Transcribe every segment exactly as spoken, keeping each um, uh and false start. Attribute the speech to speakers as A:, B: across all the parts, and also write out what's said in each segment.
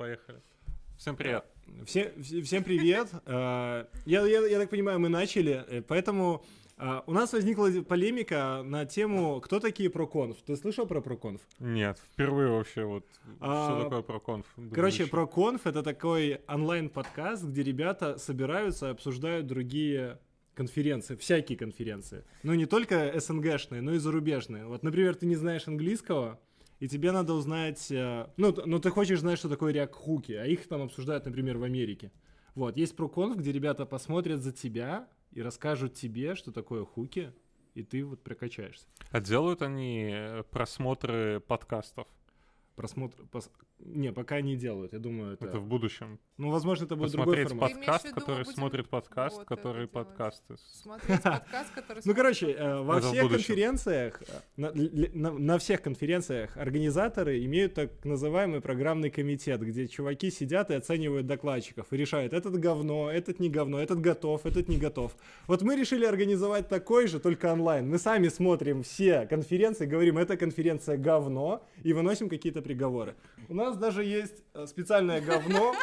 A: Поехали. Всем привет.
B: Всем, всем привет. Я, я, я так понимаю, мы начали, поэтому у нас возникла полемика на тему, кто такие проконф. Ты слышал про проконф?
A: Нет, впервые вообще вот.
B: А,
A: что такое проконф?
B: Короче, проконф — это такой онлайн-подкаст, где ребята собираются и обсуждают другие конференции, всякие конференции. Ну, не только СНГшные, но и зарубежные. Вот, например, ты не знаешь английского, и тебе надо узнать... Ну, ну ты хочешь знать, что такое React-хуки, а их там обсуждают, например, в Америке. Вот, есть проконф, где ребята посмотрят за тебя и расскажут тебе, что такое хуки, и ты вот прокачаешься.
A: А делают они просмотры подкастов?
B: Просмотр... Пос... Не, пока не делают, я думаю, это...
A: Это в будущем.
B: Ну, возможно, это будет
A: Посмотреть
B: другой формат.
A: подкаст, который будем... смотрит подкаст, вот который подкасты.
C: Смотреть подкаст, который
B: Ну, короче, во
A: это
B: всех конференциях, на, на, на всех конференциях организаторы имеют так называемый программный комитет, где чуваки сидят и оценивают докладчиков и решают, этот говно, этот не говно, этот готов, этот не готов. Вот мы решили организовать такой же, только онлайн. Мы сами смотрим все конференции, говорим, эта конференция говно, и выносим какие-то приговоры. У нас даже есть специальное говно,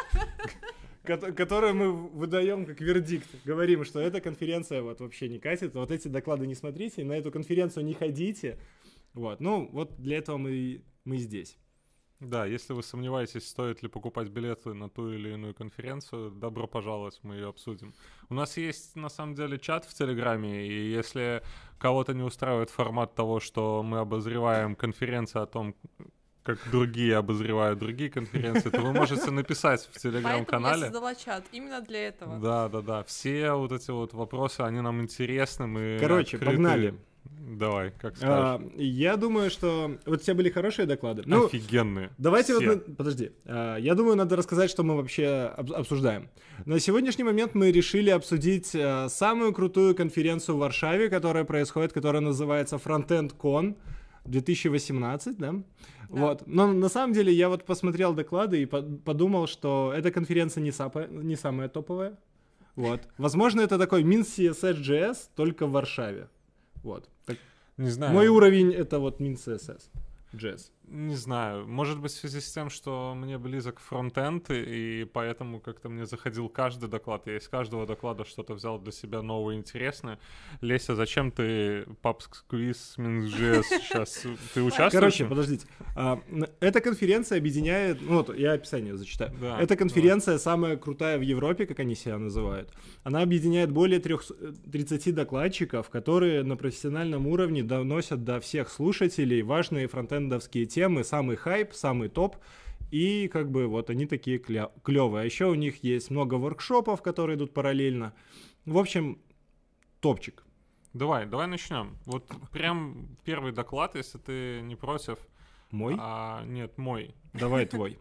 B: которое мы выдаем как вердикт. Говорим, что эта конференция вот вообще не катит, вот эти доклады не смотрите, на эту конференцию не ходите. Вот, ну вот для этого мы, мы здесь.
A: Да, если вы сомневаетесь, стоит ли покупать билеты на ту или иную конференцию, добро пожаловать, мы ее обсудим. У нас есть, на самом деле, чат в Телеграме, и если кого-то не устраивает формат того, что мы обозреваем конференции о том, как другие обозревают другие конференции, то вы можете написать в Телеграм-канале.
C: Поэтому я создала чат именно для этого.
A: Да, да, да. Все вот эти вот вопросы, они нам интересны. Мы
B: Короче,
A: открыты.
B: Погнали.
A: Давай, как скажешь.
B: А, я думаю, что... Вот у тебя были хорошие доклады.
A: Ну, офигенные.
B: Давайте
A: все.
B: вот... Подожди. А, я думаю, надо рассказать, что мы вообще об- обсуждаем. На сегодняшний момент мы решили обсудить а, самую крутую конференцию в Варшаве, которая происходит, которая называется Frontend Con две тысячи восемнадцать, да? Да. Вот. Но на самом деле я вот посмотрел доклады и по- подумал, что эта конференция не, сапа- не самая топовая. Вот. Возможно, это такой Min.css.js, только в Варшаве. Вот. Так.
A: Не знаю.
B: Мой уровень — это вот Min.css.js.
A: Не знаю. Может быть, в связи с тем, что мне близок фронтенд, и поэтому как-то мне заходил каждый доклад. Я из каждого доклада что-то взял для себя новое, интересное. Леся, зачем ты PubQuiz Min.js сейчас? Ты участвуешь?
B: Короче, подождите. А, эта конференция объединяет... Ну вот, я описание зачитаю.
A: Да,
B: эта конференция давай. Самая крутая в Европе, как они себя называют. Она объединяет более тридцати докладчиков, которые на профессиональном уровне доносят до всех слушателей важные фронтендовские темы, темы, самый хайп, самый топ, и как бы вот они такие кля- клевые. А еще у них есть много воркшопов, которые идут параллельно. В общем, топчик.
A: Давай, давай начнем. Вот прям первый доклад, если ты не против.
B: Мой?
A: А, нет, мой.
B: Давай твой.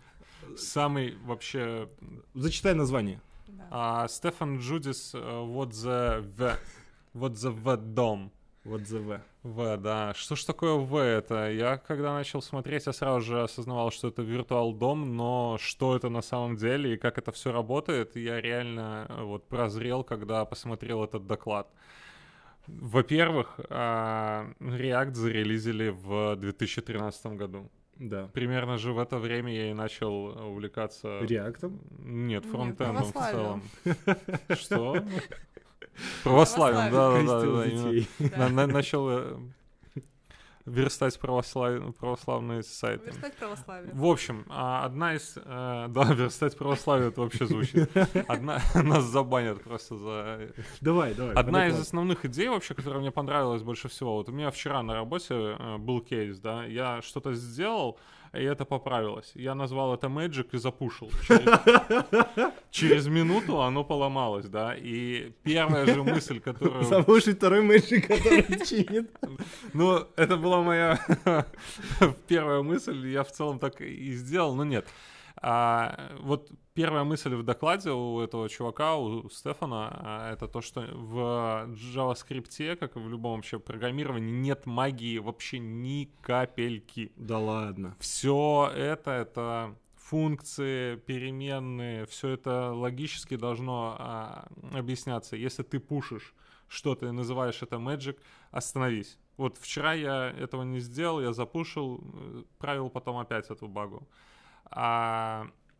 A: Самый вообще...
B: Зачитай название.
A: А, Стефан Джудис, what the v, what the v дом.
B: Вот the V.
A: В, да. Что ж такое В это? Я когда начал смотреть, я сразу же осознавал, что это виртуал-дом, но что это на самом деле и как это все работает, я реально вот прозрел, когда посмотрел этот доклад. Во-первых, React зарелизили в две тысячи тринадцатом году.
B: Да.
A: Примерно же в это время я и начал увлекаться...
B: Реактом?
A: Нет, фронтендом в целом.
C: Православием.
A: Что? Православием, да, да, да,
B: детей.
A: да. На- начал э, верстать православ... православные сайты.
C: Верстать православие.
A: В общем, а, одна из... э, да, верстать православие, это вообще звучит. Одна... Нас забанят просто за...
B: Давай, давай.
A: Одна из основных идей вообще, которая мне понравилась больше всего, вот у меня вчера на работе э, был кейс, да, я что-то сделал, и это поправилось. Я назвал это Magic и запушил. Через, через минуту оно поломалось, да, и первая же мысль, которую...
B: Запушить второй Magic, который чинит.
A: Ну, это была моя первая мысль, я в целом так и сделал, но нет. А, вот первая мысль в докладе у этого чувака, у Стефана, а, это то, что в JavaScript, как и в любом вообще программировании, нет магии вообще ни капельки.
B: Да ладно.
A: Все это, это функции, переменные, все это логически должно а, объясняться. Если ты пушишь что-то и называешь это magic, остановись. Вот вчера я этого не сделал, я запушил, правил потом опять эту багу. А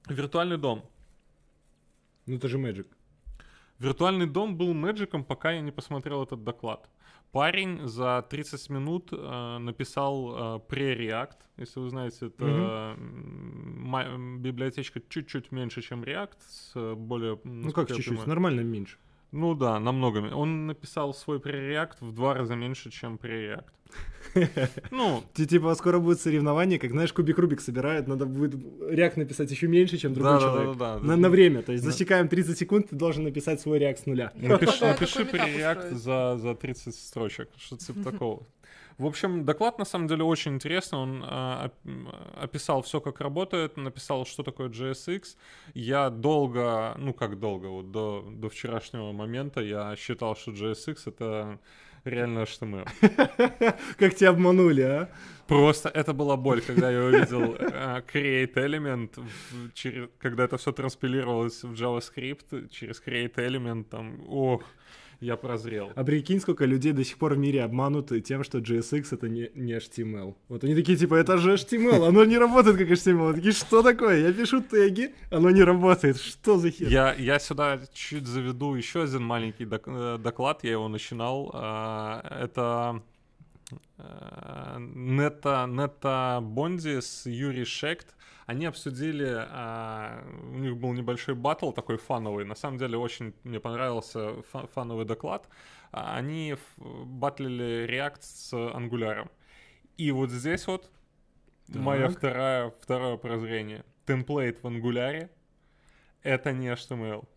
A: Виртуальный дом.
B: Ну это же Magic.
A: Виртуальный дом был мэджиком, пока я не посмотрел этот доклад. Парень за тридцать минут э, написал э, pre-React. Если вы знаете, это
B: Мгм.
A: ма- библиотечка чуть-чуть меньше, чем React. С более,
B: Ну как чуть-чуть, нормально меньше.
A: Ну да, намного меньше. Он написал свой pre-React в два раза меньше, чем pre-React. Ну,
B: Ти- Типа скоро будет соревнование, как, знаешь, кубик Рубик собирают, надо будет React написать еще меньше, чем другой
A: да, да,
B: человек.
A: да, да,
B: На,
A: да.
B: на время, то есть
A: Да.
B: засекаем тридцать секунд, ты должен написать свой React с нуля.
C: Я
A: Напиши,
C: предлагаю
A: напиши
C: такой метап
A: pre-React
C: устроить.
A: за, за тридцать строчек, что-то типа такого. В общем, доклад на самом деле очень интересный. Он а, оп- описал все, как работает, написал, что такое джей эс икс. Я долго, ну как долго, вот до, до вчерашнего момента я считал, что джей эс икс это реально эйч ти эм эл.
B: Как тебя обманули, а?
A: Просто это была боль, когда я увидел э, create element, в- через, когда это все транспилировалось в JavaScript через create element, там, ох, я прозрел.
B: А прикинь, сколько людей до сих пор в мире обмануты тем, что джей эс икс это не, не эйч ти эм эл. Вот они такие, типа, это же эйч ти эм эл, оно не работает как эйч ти эм эл. Они такие, что такое? Я пишу теги, оно не работает. Что за хер?
A: Я, я сюда чуть заведу еще один маленький док- э, доклад, я его начинал. а, Это э, Нета, Нета Бонди с Юрий Шект. Они обсудили, а, у них был небольшой баттл такой фановый. На самом деле очень мне понравился фа- фановый доклад. А, Они ф- батлили React с Angular. И вот здесь вот мое
B: Так.
A: второе, второе прозрение. Темплейт в Angular — это не эйч ти эм эл.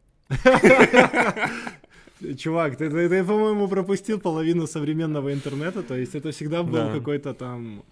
B: Чувак, ты, ты, ты, по-моему, пропустил половину современного интернета, то есть это всегда был
A: Да.
B: какой-то там...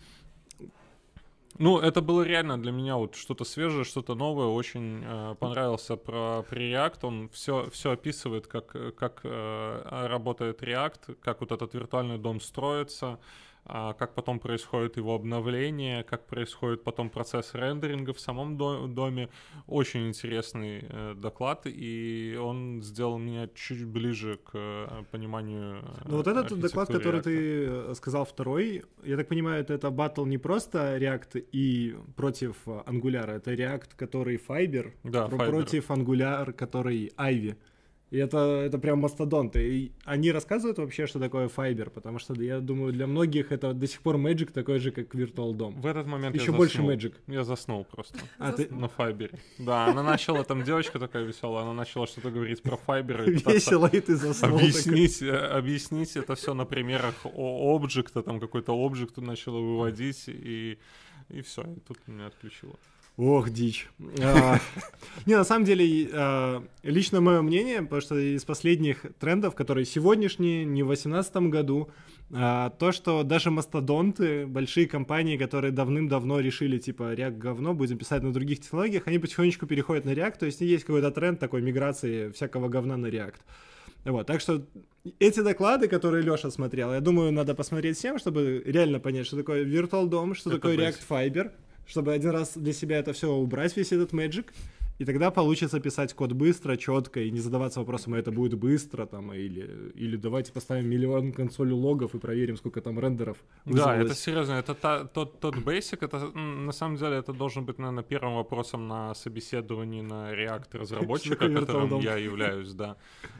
A: Ну, это было реально для меня вот что-то свежее, что-то новое. Очень э, понравился про, про React. Он все, все описывает, как, как э, работает React, как вот этот виртуальный дом строится, а, как потом происходит его обновление, как происходит потом процесс рендеринга в самом до- доме. Очень интересный э, доклад, и он сделал меня чуть ближе к э, пониманию э,
B: Ну вот этот доклад,
A: архитектуры
B: который
A: React.
B: ты э, сказал второй, я так понимаю, это, это батл не просто React и против э, Angular, это React, который Fiber,
A: Да,
B: про-
A: Fiber.
B: против Angular, который Ivy. И это, это прям мастодонты. И они рассказывают вообще, что такое Fiber, потому что, я думаю, для многих это до сих пор Magic такой же, как Virtual дом.
A: В этот момент
B: Еще
A: я
B: больше
A: заснул.
B: Magic.
A: Я заснул просто.
B: А ты
A: На Файбере. Да, она начала, там девочка такая веселая, она начала что-то говорить про Файбер. и пытаться
B: весело, и ты заснул.
A: Объяснить, э, объяснить это все на примерах о- объекта, там какой-то объект начала выводить, и, и все, и тут меня отключило.
B: Ох, дичь. А, Не, на самом деле, а, лично мое мнение, потому что из последних трендов, которые сегодняшние, не в восемнадцатом году, а, то, что даже мастодонты, большие компании, которые давным-давно решили, типа, React говно, будем писать на других технологиях, они потихонечку переходят на React, то есть есть какой-то тренд такой миграции всякого говна на React. Вот, так что эти доклады, которые Леша смотрел, я думаю, надо посмотреть всем, чтобы реально понять, что такое Virtual дом, что
A: Это
B: такое
A: basic.
B: React Fiber, чтобы один раз для себя это все убрать, весь этот Magic, и тогда получится писать код быстро, четко, и не задаваться вопросом, а это будет быстро, там, или, или давайте поставим миллион консолей логов и проверим, сколько там рендеров
A: Да,
B: вызвалось.
A: это серьезно, это та- тот, тот basic, это м, на самом деле это должен быть, наверное, первым вопросом на собеседовании на React разработчика,
B: такое Virtual
A: которым
B: дом?
A: я являюсь, да.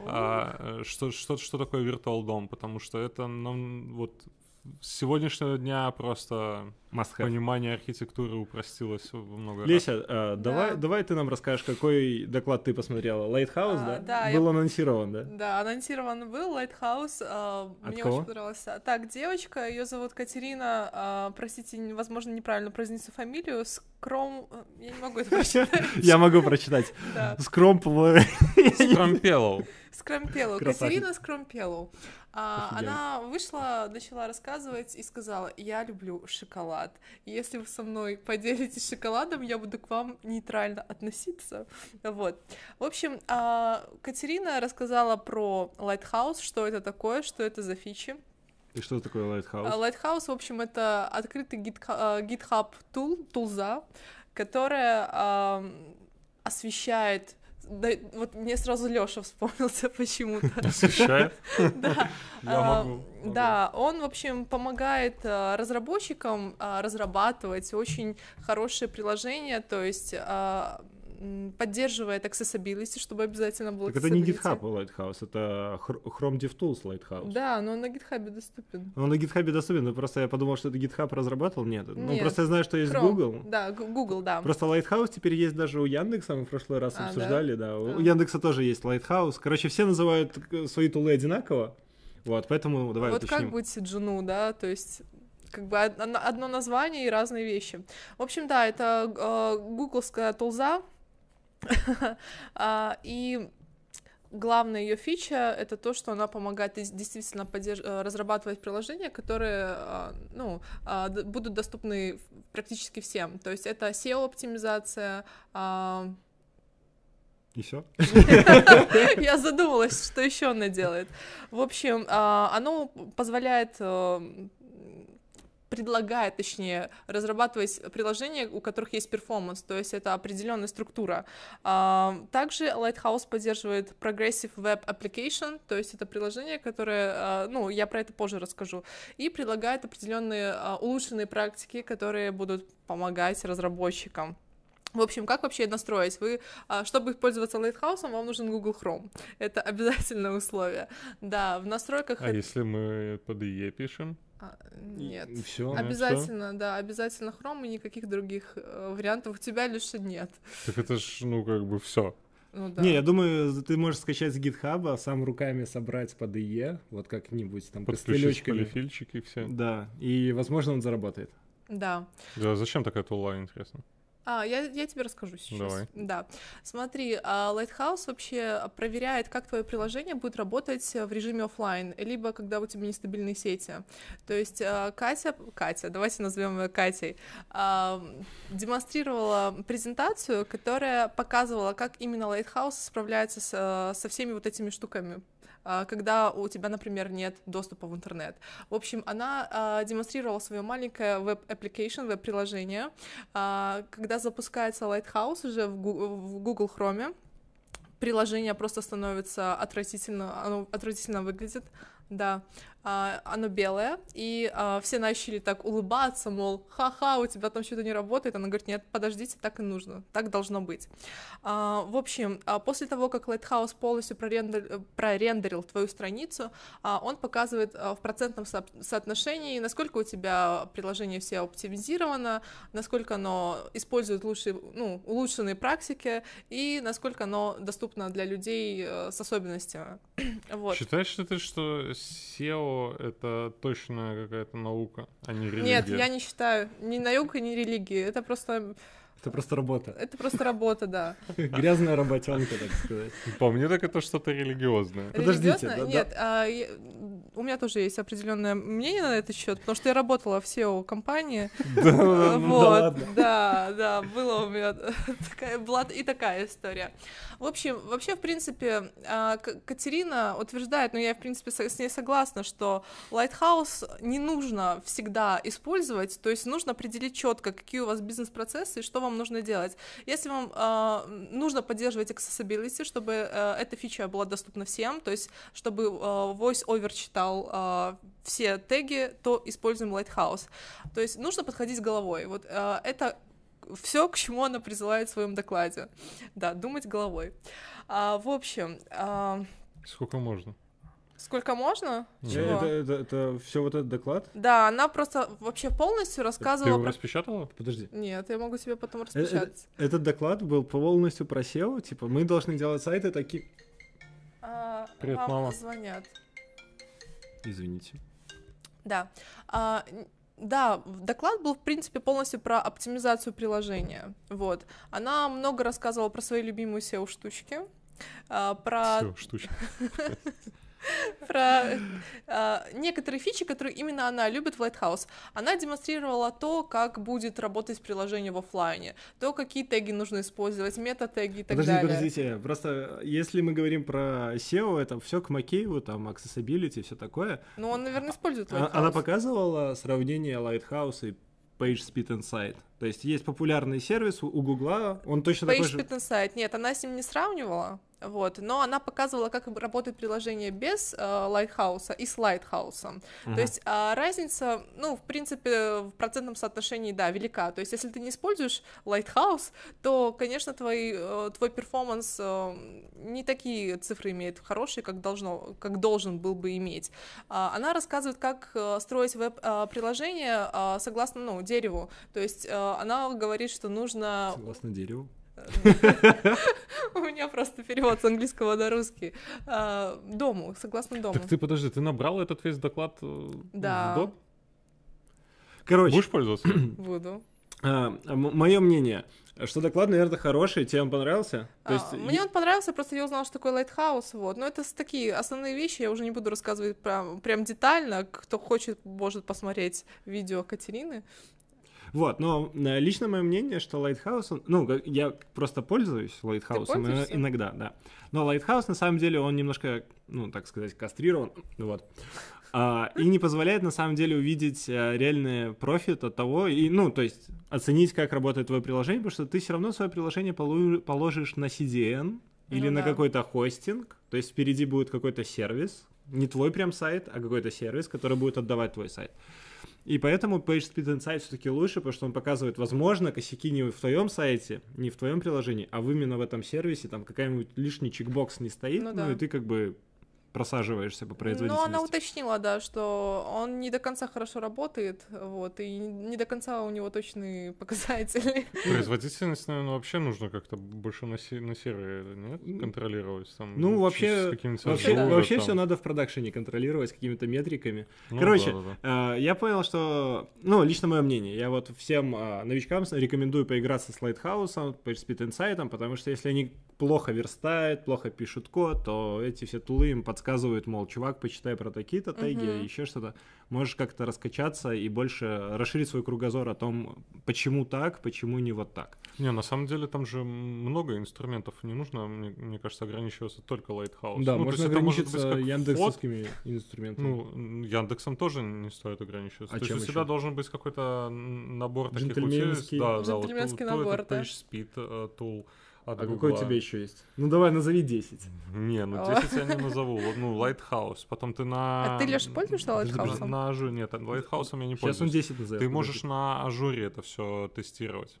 A: А, э, что, что, что такое Virtual дом? Потому что это нам вот с сегодняшнего дня просто
B: Must have.
A: понимание архитектуры упростилось во много раз.
B: Леся, э, давай,
C: Да.
B: давай ты нам расскажешь, какой доклад ты посмотрела. Lighthouse,
C: А,
B: да?
C: да,
B: Был
C: я-
B: анонсирован, да?
C: Да, анонсирован был Lighthouse. а,
B: От
C: Мне
B: кого?
C: очень понравилось. Так, девочка, ее зовут Катерина. а, Простите, не- возможно, неправильно произнесу фамилию. Скром... Я не могу это прочитать.
B: Я могу прочитать.
C: Да.
B: Скромп.
A: Скрампелоу.
C: Скромпелу.
B: Красавчик.
C: Катерина Скромпелу. А,
B: Офигенно.
C: она вышла, начала рассказывать и сказала: я люблю шоколад. И если вы со мной поделитесь шоколадом, я буду к вам нейтрально относиться. Вот. В общем, а, Катерина рассказала про Lighthouse, что это такое, что это за фичи.
B: И что такое
C: А,
B: Lighthouse?
C: Lighthouse, в общем, это открытый гитха- а, GitHub tool, тулза, которая ам, освещает. Да, вот мне сразу Лёша вспомнился почему-то.
A: Освещает?
C: Да.
A: Я
C: А,
A: могу, могу.
C: Да, он, в общем, помогает а, разработчикам а, разрабатывать очень хорошие приложения, то есть а, поддерживает accessibility, чтобы обязательно было
B: Так это не
C: accessibility.
B: GitHub Lighthouse, это Chrome DevTools Lighthouse.
C: Да, но он на GitHub доступен.
B: Он на GitHub доступен, но просто я подумал, что это GitHub разрабатывал. Нет,
C: Нет.
B: ну просто я знаю, что есть
C: Chrome.
B: Google.
C: Да, Google, да.
B: Просто Lighthouse теперь есть даже у Яндекса, мы в прошлый раз
C: А,
B: обсуждали, да.
C: да?
B: У
C: А.
B: Яндекса тоже есть Lighthouse. Короче, все называют свои тулы одинаково. Вот, поэтому давай
C: Вот
B: уточним.
C: как быть Джуну, да, то есть как бы од- одно название и разные вещи. В общем, да, это э, гугловская тулза, А, и главная ее фича — это то, что она помогает дес- действительно поддерж- э, разрабатывать приложения, которые э, ну, э, д- будут доступны практически всем. То есть это сео-оптимизация. а,
B: И все.
C: Я задумалась, что еще она делает. В общем, а, оно позволяет, э, предлагает, точнее, разрабатывать приложения, у которых есть перформанс, то есть это определенная структура. А, Также Lighthouse поддерживает Progressive Web Application, то есть это приложение, которое, а, ну, я про это позже расскажу, и предлагает определенные а, улучшенные практики, которые будут помогать разработчикам. В общем, как вообще настроить? Вы, а, чтобы пользоваться Lighthouse, вам нужен Google Chrome. Это обязательное условие. Да, в настройках...
A: А
C: это-
A: если мы под и и а,
C: А, Нет.
B: Все.
C: Обязательно, да, обязательно Chrome и никаких других э, вариантов у тебя лишь нет.
A: Так это ж, ну, как бы все.
C: Ну да.
B: Не, я думаю, ты можешь скачать с GitHub, сам руками собрать под и и, вот как-нибудь там
A: Подключить
B: костылёчками.
A: полифильчики и все.
B: Да, и, возможно, он заработает.
C: Да.
A: Да, зачем такая тула, интересно?
C: А, я, я тебе расскажу сейчас.
A: Давай.
C: Да. Смотри, а, Lighthouse вообще проверяет, как твое приложение будет работать в режиме оффлайн, либо когда у тебя нестабильные сети. То есть а, Катя, Катя, давайте назовем ее Катей, а, демонстрировала презентацию, которая показывала, как именно Lighthouse справляется с, со всеми вот этими штуками, когда у тебя, например, нет доступа в интернет. В общем, она а, демонстрировала свое маленькое веб-application, веб-приложение. А, когда запускается Lighthouse уже в Google, в Google Chrome, приложение просто становится отвратительно, оно отвратительно выглядит, да. А, оно белое, и а, все начали так улыбаться, мол, ха-ха, у тебя там что-то не работает. Она говорит, нет, подождите, так и нужно, так должно быть. А, в общем, а, после того, как Lighthouse полностью прорендер... прорендерил твою страницу, а, он показывает а, в процентном со... соотношении, насколько у тебя приложение все оптимизировано, насколько оно использует лучшие, ну, улучшенные практики, и насколько оно доступно для людей а, с особенностями. Вот.
A: Считаешь ли ты, что сео это точно какая-то наука, а не религия?
C: Нет, я не считаю. Ни наука, ни религия. Это просто...
B: Это просто работа.
C: Это просто работа, да.
B: Грязная работенка, так сказать.
A: По мне так это что-то религиозное.
B: Подождите,
C: Религиозно?
B: да-
C: Нет, а, я- у меня тоже есть определенное мнение на этот счет, потому что я работала в сео-компании.
A: Да,
C: Вот,
B: ладно.
C: да, да, была у меня такая, была и такая история. В общем, вообще, в принципе, а, К- Катерина утверждает, но я, в принципе, со- с ней согласна, что Lighthouse не нужно всегда использовать, то есть нужно определить четко, какие у вас бизнес-процессы и что вам нужно делать. Если вам а, нужно поддерживать accessibility, чтобы а, эта фича была доступна всем, то есть чтобы а, VoiceOver читал а, все теги, то используем Lighthouse. То есть нужно подходить головой. Вот а, это все, к чему она призывает в своем докладе. Да, думать головой. А, в общем, а,
A: Сколько можно?
C: сколько можно?
A: Э,
C: Чего?
B: Это, все вот этот доклад?
C: Да, она просто вообще полностью
A: Ты
C: рассказывала
A: его
C: про...
A: распечатала?
B: Подожди.
C: Нет, я могу себе потом
B: Э,
C: распечатать.
B: э, Этот доклад был полностью про сео, типа мы должны делать сайты такие...
C: А,
A: Привет,
C: вам
A: мама.
C: звонят.
B: Извините.
C: Да. А, н- да, в- доклад был, в принципе, полностью про оптимизацию приложения. Вот. Она много рассказывала про свои любимые сео-штучки, а, про,
A: Всё, штучка.
C: про а, некоторые фичи, которые именно она любит в Lighthouse. Она демонстрировала то, как будет работать приложение в оффлайне, то, какие теги нужно использовать, мета-теги и так
B: Подождите,
C: далее.
B: подождите. Просто если мы говорим про сео, это все к Макееву, там, accessibility, все такое.
C: Ну, он, наверное, использует
B: А-
C: Lighthouse.
B: Она показывала сравнение Lighthouse и PageSpeed Insight. То есть есть популярный сервис у, у Гугла, он точно такой же...
C: PageSpeed Insight. Нет, она с ним не сравнивала, вот, но она показывала, как работает приложение без э, Lighthouse и с Lighthouse.
B: Ага.
C: То есть э, разница, ну, в принципе, в процентном соотношении, да, велика. То есть если ты не используешь Lighthouse, то, конечно, твой, э, твой перформанс э, не такие цифры имеет хорошие, как, должно, как должен был бы иметь. Э, она рассказывает, как э, строить веб-приложение э, согласно, ну, дереву. То есть э, она говорит, что нужно...
B: Согласно дереву.
C: У меня просто перевод с английского на русский. Дому, согласно дому.
A: Так ты, подожди, ты набрал этот весь доклад в
C: Да.
A: доп?
B: Короче,
A: Будешь пользоваться?
C: Буду.
B: мое мнение, что доклад, наверное, хороший, тебе он понравился? То
C: А,
B: есть,
C: Мне
B: е-
C: он понравился, просто я узнала, что такое Lighthouse, вот. Но это с- такие основные вещи, я уже не буду рассказывать прям, прям детально. Кто хочет, может посмотреть видео Катерины.
B: Вот, но э, лично мое мнение, что Lighthouse, он- ну, как- я просто пользуюсь Lighthouse
C: пользуешься?
B: иногда, да. Но Lighthouse, на самом деле, он немножко, ну, так сказать, кастрирован, вот. А, и не позволяет, на самом деле, увидеть а, реальный профит от того, и, ну, то есть оценить, как работает твое приложение, потому что ты все равно свое приложение полу- положишь на си ди эн или
C: Ну
B: на
C: да.
B: какой-то хостинг, то есть впереди будет какой-то сервис, не твой прям сайт, а какой-то сервис, который будет отдавать твой сайт. И поэтому PageSpeed Insight все-таки лучше, потому что он показывает, возможно, косяки не в твоем сайте, не в твоем приложении, а в именно в этом сервисе, там какая-нибудь лишний чекбокс не стоит,
C: Ну
B: ну,
C: да.
B: и ты как бы просаживаешься по производительности.
C: Но она уточнила, да, что он не до конца хорошо работает, вот, и не до конца у него точные показатели.
A: Производительность, наверное, вообще нужно как-то больше на, се- на сервере, нет? Контролировать. Там,
B: Ну,
A: ч-
B: вообще,
A: с какими-то
B: вообще,
C: да.
A: ажуры
B: вообще
A: там.
B: все надо в продакшене контролировать какими-то метриками.
A: Ну,
B: Короче,
A: да-да-да.
B: э, я понял, что, ну, лично мое мнение, я вот всем э, новичкам с- рекомендую поиграться с Lighthouse, PageSpeed Insight, потому что если они плохо верстают, плохо пишут код, то эти все тулы им подсказывают, мол, чувак, почитай про такие-то теги,
C: Мгм.
B: еще что-то. Можешь как-то раскачаться и больше расширить свой кругозор о том, почему так, почему не вот так.
A: Не, на самом деле там же много инструментов, не нужно, мне, мне кажется, ограничиваться только Lighthouse.
B: Да,
A: Ну, то
B: можно
A: есть это может быть
B: ограничиться
A: как
B: яндексовскими инструментами.
A: Ну, м, Яндексом тоже не стоит ограничиваться.
B: А
A: То
B: чем
A: есть у
B: еще?
A: тебя должен быть какой-то м, набор таких
B: Джентльменский.
A: утилит. Да, да, вот
C: Джентльменский
A: то- то
C: набор,
A: этот
C: да.
A: PageSpeed э, tool от
B: А
A: Гугла.
B: какой у тебя еще есть? Ну давай, назови десять.
A: Не, ну
C: О.
A: десять я не назову. Вот, ну, Lighthouse. Потом ты на...
C: А ты, Лёш, пользуешься
A: На,
C: Lighthouse?
A: на ажуре. Нет, Lighthouse я не
B: Сейчас он
A: пользуюсь.
B: десять назовет.
A: Ты можешь на ажуре это все тестировать.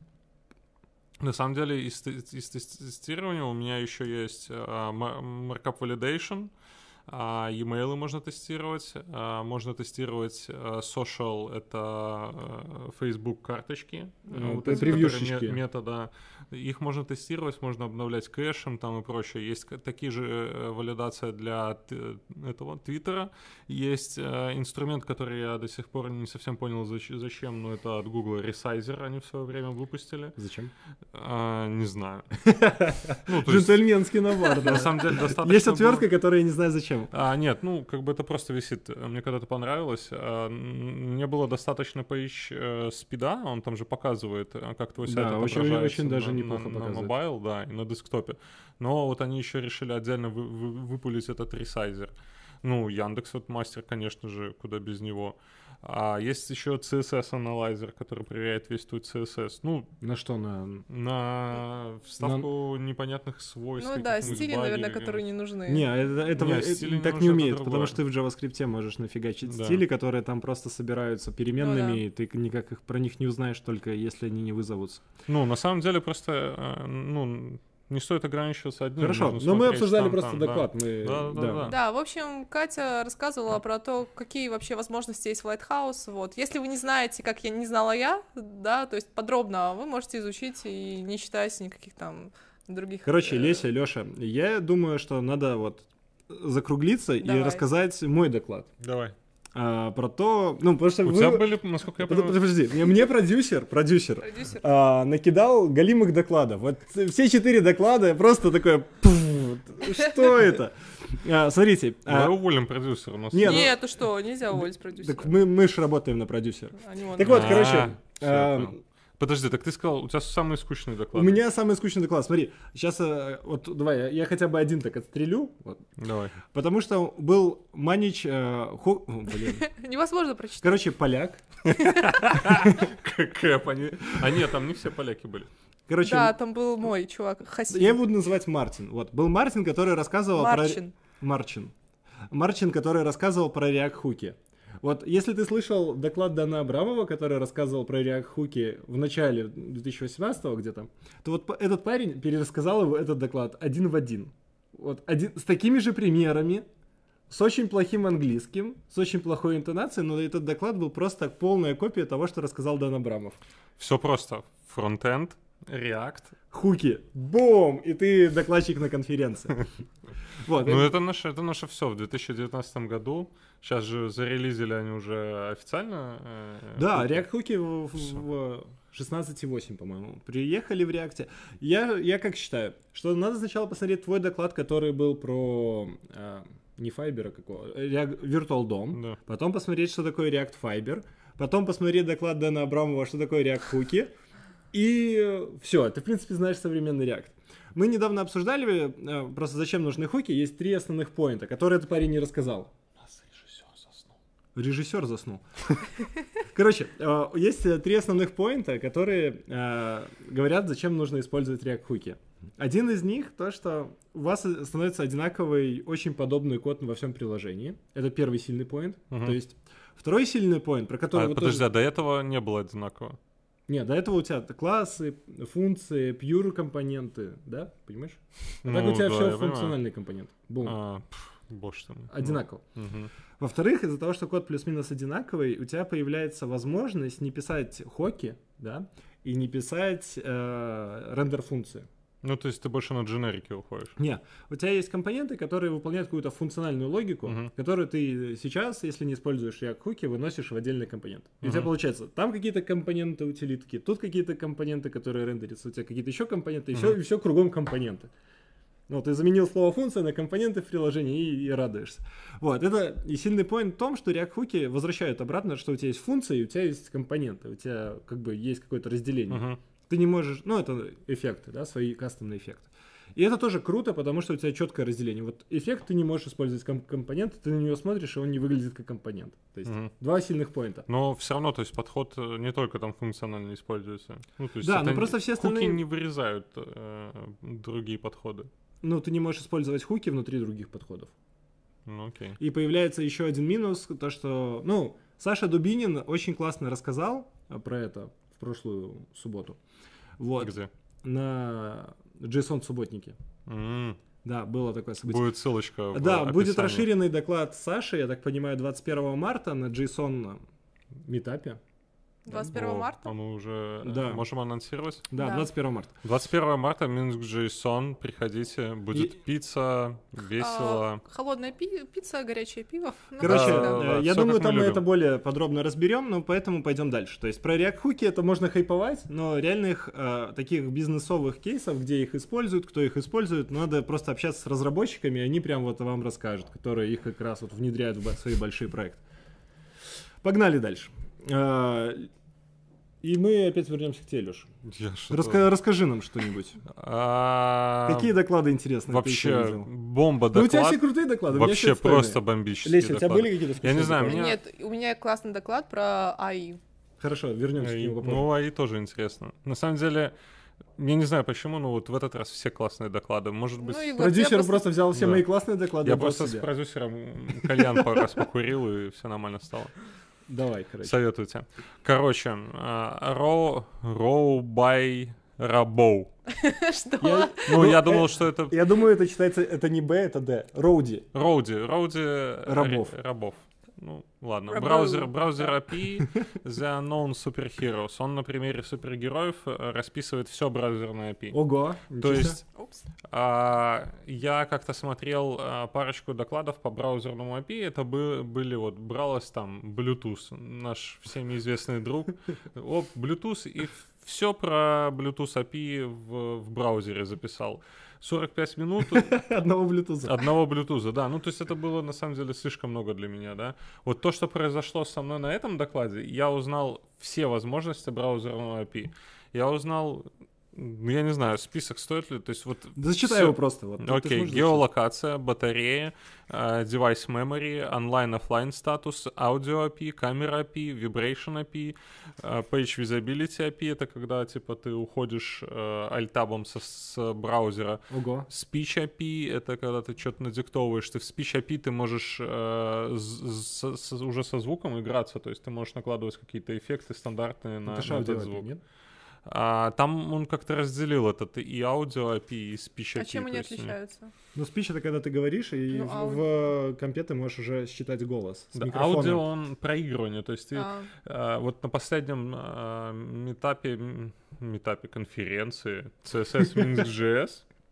A: На самом деле, из, те- из тес- тестирования у меня еще есть а, ма- Markup Validation, а, e-mail можно тестировать, а, можно тестировать а, social, это а, Facebook карточки,
B: А,
A: вот
B: это
A: эти, которые
B: превьюшечки.
A: ме- метода. Их можно тестировать, можно обновлять кэшем там и прочее. Есть к- такие же э, валидация для т- этого Твиттера. Есть э, инструмент, который я до сих пор не совсем понял, зач- зачем, но это от Google Resizer они в свое время выпустили.
B: Зачем?
A: А, не знаю. Ну, то есть,
B: Джентльменский набор, да.
A: на самом деле, достаточно
B: Есть
A: было-
B: отвертка, которая я не знаю зачем.
A: А, нет, ну, как бы это просто висит. Мне когда-то понравилось. А, м, Мне было достаточно поищ э, спида, он там же показывает, э, как твой сайт
B: Да, очень-
A: отображается
B: очень даже
A: на,
B: неплохо
A: на, на
B: показывает.
A: мобайл, да, и на десктопе. Но вот они еще решили отдельно вы- вы- выпулить этот ресайзер. Ну, Яндекс вот мастер, конечно же, куда без него. А есть еще си эс эс-аналайзер, который проверяет весь твой си эс эс. Ну,
B: На что? На...
A: на вставку непонятных свойств.
C: Ну да,
A: каких-нибудь
C: стили,
A: баги,
C: наверное,
A: как-
C: которые не нужны.
B: Не, это, это,
A: Не,
B: это
A: стили не
B: так
A: нужно,
B: не
A: это
B: умеет,
A: другое.
B: потому что ты в JavaScript можешь нафигачить
A: Да.
B: стили, которые там просто собираются переменными,
C: Ну да.
B: и ты никак их про них не узнаешь, только если они не вызовутся.
A: Ну, на самом деле, просто, э, ну, не стоит ограничиваться одним.
B: Хорошо,
A: нужно
B: но мы
A: смотреть
B: обсуждали
A: там,
B: просто
A: там, да.
B: доклад. Мы...
A: Да, да, да.
C: Да, в общем, Катя рассказывала про то, какие вообще возможности есть в Lighthouse. Вот. Если вы не знаете, как я не знала я, да, то есть подробно, вы можете изучить и не читать никаких там других...
B: Короче,
C: э,
B: Леся, Лёша, я думаю, что надо вот закруглиться и
C: Давай.
B: рассказать мой доклад.
A: Давай.
B: А, про то... Ну, потому что
A: У
B: вы...
A: тебя были, насколько я
B: Под-
A: понимаю...
B: Подожди, мне, мне продюсер, продюсер
C: Продюсер.
B: а, накидал галимых докладов. Вот все четыре доклада просто такое... «Пф, что это? А, смотрите. а,
A: Давай уволим продюсера. У нас...
B: Не, ну-
C: Нет, ты что, нельзя уволить продюсера.
B: так мы, мы же работаем на продюсера.
C: Они вон-
B: Так вот,
A: А,
B: короче,
A: всё,
B: а,
A: понял. Подожди, так ты сказал, у тебя самый скучный доклад.
B: У меня самый скучный доклад. Смотри, сейчас вот давай, я, я хотя бы один так отстрелю. Вот.
A: Давай.
B: Потому что был Манич... Э, ху... О, блин.
C: Невозможно прочитать.
B: Короче, поляк.
A: Кэп, они... А нет, там не все поляки были.
B: Короче,
C: Да, там был мой чувак, Хасин.
B: я его буду называть Мартин. Вот. Был Мартин, который рассказывал
C: Марчин.
B: про... Марчин. Марчин, который рассказывал про React-хуки. Вот, если ты слышал доклад Дана Абрамова, который рассказывал про React-хуки в начале две тысячи восемнадцатого где-то, то вот этот парень перерассказал его этот доклад один в один. Вот, один, с такими же примерами, с очень плохим английским, с очень плохой интонацией, но этот доклад был просто полная копия того, что рассказал Дан Абрамов.
A: Все просто. Фронтенд, React.
B: Хуки. Бум! И ты докладчик на конференции. Вот.
A: Ну, это наше, это наше все. В две тысячи девятнадцатом году, сейчас же зарелизили они уже официально. Э,
B: да,
A: хуки.
B: React-хуки в, в шестнадцать восемь, по-моему, приехали в React. Я, я как считаю, что надо сначала посмотреть твой доклад, который был про... Э, не Fiber, а какого? React, Virtual дом.
A: Да.
B: Потом посмотреть, что такое React Fiber. Потом посмотреть доклад Дана Абрамова, что такое React-хуки. И все, ты, в принципе, знаешь современный React. Мы недавно обсуждали, э, просто зачем нужны хуки. Есть три основных поинта, которые этот парень не рассказал.
A: У нас режиссер заснул.
B: Режиссер заснул. Короче, э, есть э, три основных поинта, которые э, говорят, зачем нужно использовать React-хуки. Один из них то, что у вас становится одинаковый, очень подобный код во всем приложении. Это первый сильный поинт.
A: Угу.
B: То есть второй сильный поинт, про который...
A: А,
B: вот
A: подожди,
B: тоже...
A: а до этого не было одинаково?
B: Нет, до этого у тебя классы, функции, pure компоненты, да? Понимаешь? А
A: Ну,
B: так у тебя
A: да,
B: все
A: я
B: функциональный компонент. Бум.
A: А, пф, боже ты мой.
B: Одинаково.
A: Ну, мгм.
B: Во-вторых, из-за того, что код плюс-минус одинаковый, у тебя появляется возможность не писать хоки, да, и не писать э, рендер-функции.
A: Ну, то есть ты больше на дженерики уходишь.
B: Не, у тебя есть компоненты, которые выполняют какую-то функциональную логику,
A: Мгм.
B: которую ты сейчас, если не используешь React-хуки, выносишь в отдельный компонент. И у тебя
A: Мгм.
B: получается, там какие-то компоненты утилитки, тут какие-то компоненты, которые рендерятся, у тебя какие-то еще компоненты, и,
A: Мгм.
B: все, и все кругом компоненты. Ну, ты заменил слово функция на компоненты в приложении и, и радуешься. Вот, это и сильный поинт в том, что React-хуки возвращают обратно, что у тебя есть функция и у тебя есть компоненты, у тебя как бы есть какое-то разделение.
A: Мгм.
B: Ты не можешь, ну, это эффекты, да, свои кастомные эффекты. И это тоже круто, потому что у тебя четкое разделение. Вот эффект ты не можешь использовать как компонент, ты на него смотришь, и он не выглядит как компонент. То есть
A: Мгм.
B: два сильных поинта.
A: Но все равно, то есть подход э, не только там функционально используется. Ну, то есть
B: Да,
A: это
B: но
A: не-
B: просто все
A: хуки
B: остальные-
A: не вырезают э, другие подходы.
B: Ну, ты не можешь использовать хуки внутри других подходов.
A: Ну, окей.
B: И появляется еще один минус, то что, ну, Саша Дубинин очень классно рассказал а, про это в прошлую субботу. Вот.
A: Где?
B: На JSON-субботнике.
A: М,
B: Да, было такое событие.
A: Будет ссылочка в
B: Да, будет
A: описании.
B: расширенный доклад Саши, я так понимаю, двадцать первого марта на JSON метапе.
C: двадцать первого
A: О,
C: марта?
A: А мы уже э,
B: Да.
A: можем анонсировать?
B: Да,
C: Да.
B: двадцать первого марта.
A: двадцать первого марта Минск JSON, приходите, будет
B: И-
A: пицца, весело.
C: А, холодная пи- пицца, горячее пиво. Ну,
B: Короче,
A: Да,
B: э,
A: да, да,
B: я
A: всё,
B: думаю,
A: как мы
B: там мы
A: любим.
B: это более подробно разберем, но поэтому пойдем дальше. То есть про React-хуки это можно хайповать, но реальных э, таких бизнесовых кейсов, где их используют, кто их использует, надо просто общаться с разработчиками, и они прям вот вам расскажут, которые их как раз вот внедряют в бо- свои большие проекты. Погнали дальше. Э, И мы опять вернемся к тебе, Леш.
A: Я что-то-
B: Раска- расскажи нам что-нибудь.
A: А,
B: Какие доклады интересные ты еще
A: Вообще,
B: видел?
A: бомба
B: Ну, у тебя
A: доклад.
B: все крутые доклады, у меня
A: Вообще
B: все отстойные.
A: просто бомбический
B: Леся, у тебя
A: доклад.
B: были какие-то
A: Я не
B: скучные
A: знаю,
B: доклады?
A: меня-
C: Нет, у меня классный доклад про АИ.
B: Хорошо, вернемся к
A: И-
B: нему попозже.
A: Ну, АИ тоже интересно. На самом деле, я не знаю почему, но вот в этот раз все классные доклады. Может быть,
C: Ну, Егор,
B: Продюсер
C: тебя
B: просто взял все
A: Да.
B: мои классные доклады.
A: я
B: и дал
A: просто с
B: себе.
A: продюсером кальян пару раз покурил, и все нормально стало.
B: Давай, короче.
A: Советуйте. Короче, а, роу, роу бай рабоу.
C: Что?
B: Я,
A: Ну,
B: Ну,
A: я
B: э,
A: думал, что это
B: я думаю, это читается, это не Б, это Д. Роуди.
A: роуди, роуди р-
B: Рабов.
A: рабов. Ну, ладно.
C: Рабоу.
A: Браузер, браузер эй пи ай The Unknown Superheroes. Он на примере супергероев э, расписывает все браузерное эй пи ай.
B: Ого.
A: То
B: ничего себе.
A: есть
C: Упс.
A: а, я как-то смотрел а, парочку докладов по браузерному эй пи ай. Это бы, были вот, бралось там Bluetooth, наш всеми известный друг. Оп, Bluetooth, и все про Bluetooth эй пи ай в, в браузере записал. сорок пять минут
B: Одного Bluetooth.
A: одного Bluetooth, да. Ну, то есть это было, на самом деле, слишком много для меня, да. Вот то, что произошло со мной на этом докладе, я узнал все возможности браузерного эй пи ай. Я узнал, ну, я не знаю, список стоит ли, то есть вот...
B: Да зачитай
A: всё.
B: его просто. Вот.
A: Окей, геолокация, батарея, э, device memory, онлайн-оффлайн статус, аудио эй пи ай, камера эй пи ай, vibration эй пи ай, э, page visibility эй пи ай, это когда, типа, ты уходишь э, альтабом со, с браузера.
B: Ого.
A: Speech эй пи ай, это когда ты что-то надиктовываешь. Ты в Speech эй пи ай ты можешь э, с, с, уже со звуком играться, то есть ты можешь накладывать какие-то эффекты стандартные на,
B: Это
A: на
B: аудио
A: этот
B: эй пи ай,
A: звук.
B: нет?
A: А, там он как-то разделил этот и аудио эй пи ай, и Speech эй пи ай.
C: А чем
A: то
C: они
A: есть они-
C: отличаются?
B: Ну, спич — это когда ты говоришь, и
C: Ну,
B: в,
C: ауди-
B: в компе ты можешь уже считать голос с
A: Да,
B: микрофоном.
A: аудио, он проигрывание, то есть ты
C: А,
A: а, вот на последнем а, метапе, м, метапе конференции си эс эс Minsk.js,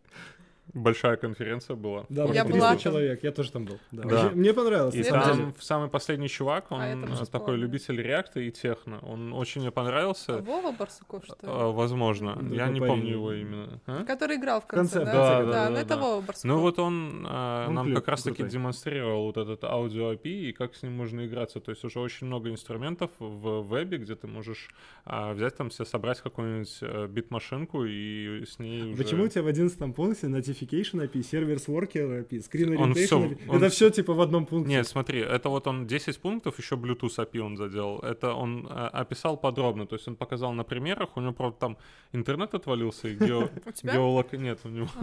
A: большая конференция была.
B: Да,
C: Я
B: я
C: была там.
B: человек, я тоже там был. Да.
A: Да.
B: Очень- Мне понравилось.
A: И
B: на
C: Я
B: самом
C: тоже.
B: деле.
A: там самый последний чувак, он
C: А, я там
A: а,
C: же
A: такой
C: была.
A: любитель реакта и техно, он очень мне понравился,
C: Вова Барсуков, что ли?
A: а, возможно,
B: Да,
A: я не
B: парень.
A: помню его именно. А?
C: Который играл в
B: конце,
C: конце,
B: в
C: да?
A: конце,
C: Да,
A: да,
C: ну
A: да,
C: это
A: да.
C: Вова Барсуков.
A: Ну вот он, а,
B: Он
A: нам
B: клёв-
A: как раз-таки
B: крутой.
A: демонстрировал вот этот аудио эй пи ай и как с ним можно играться. То есть уже очень много инструментов в вебе, где ты можешь а, взять там себе, собрать какую-нибудь а, бит-машинку и с ней уже...
B: Почему у тебя в одиннадцатом пункте notification эй пи ай, servers worker эй пи ай, screen
A: Он всё-
B: orientation эй пи ай?
A: он
B: Это
A: вс-
B: все типа в одном пункте.
A: Нет, смотри, это вот он десять пунктов, еще Bluetooth эй пи ай он заделал. Это он а, описал подробно, то есть он показал на примерах, у него, правда, там интернет отвалился, и гео...
C: У тебя?
A: геолок... Нет, у него...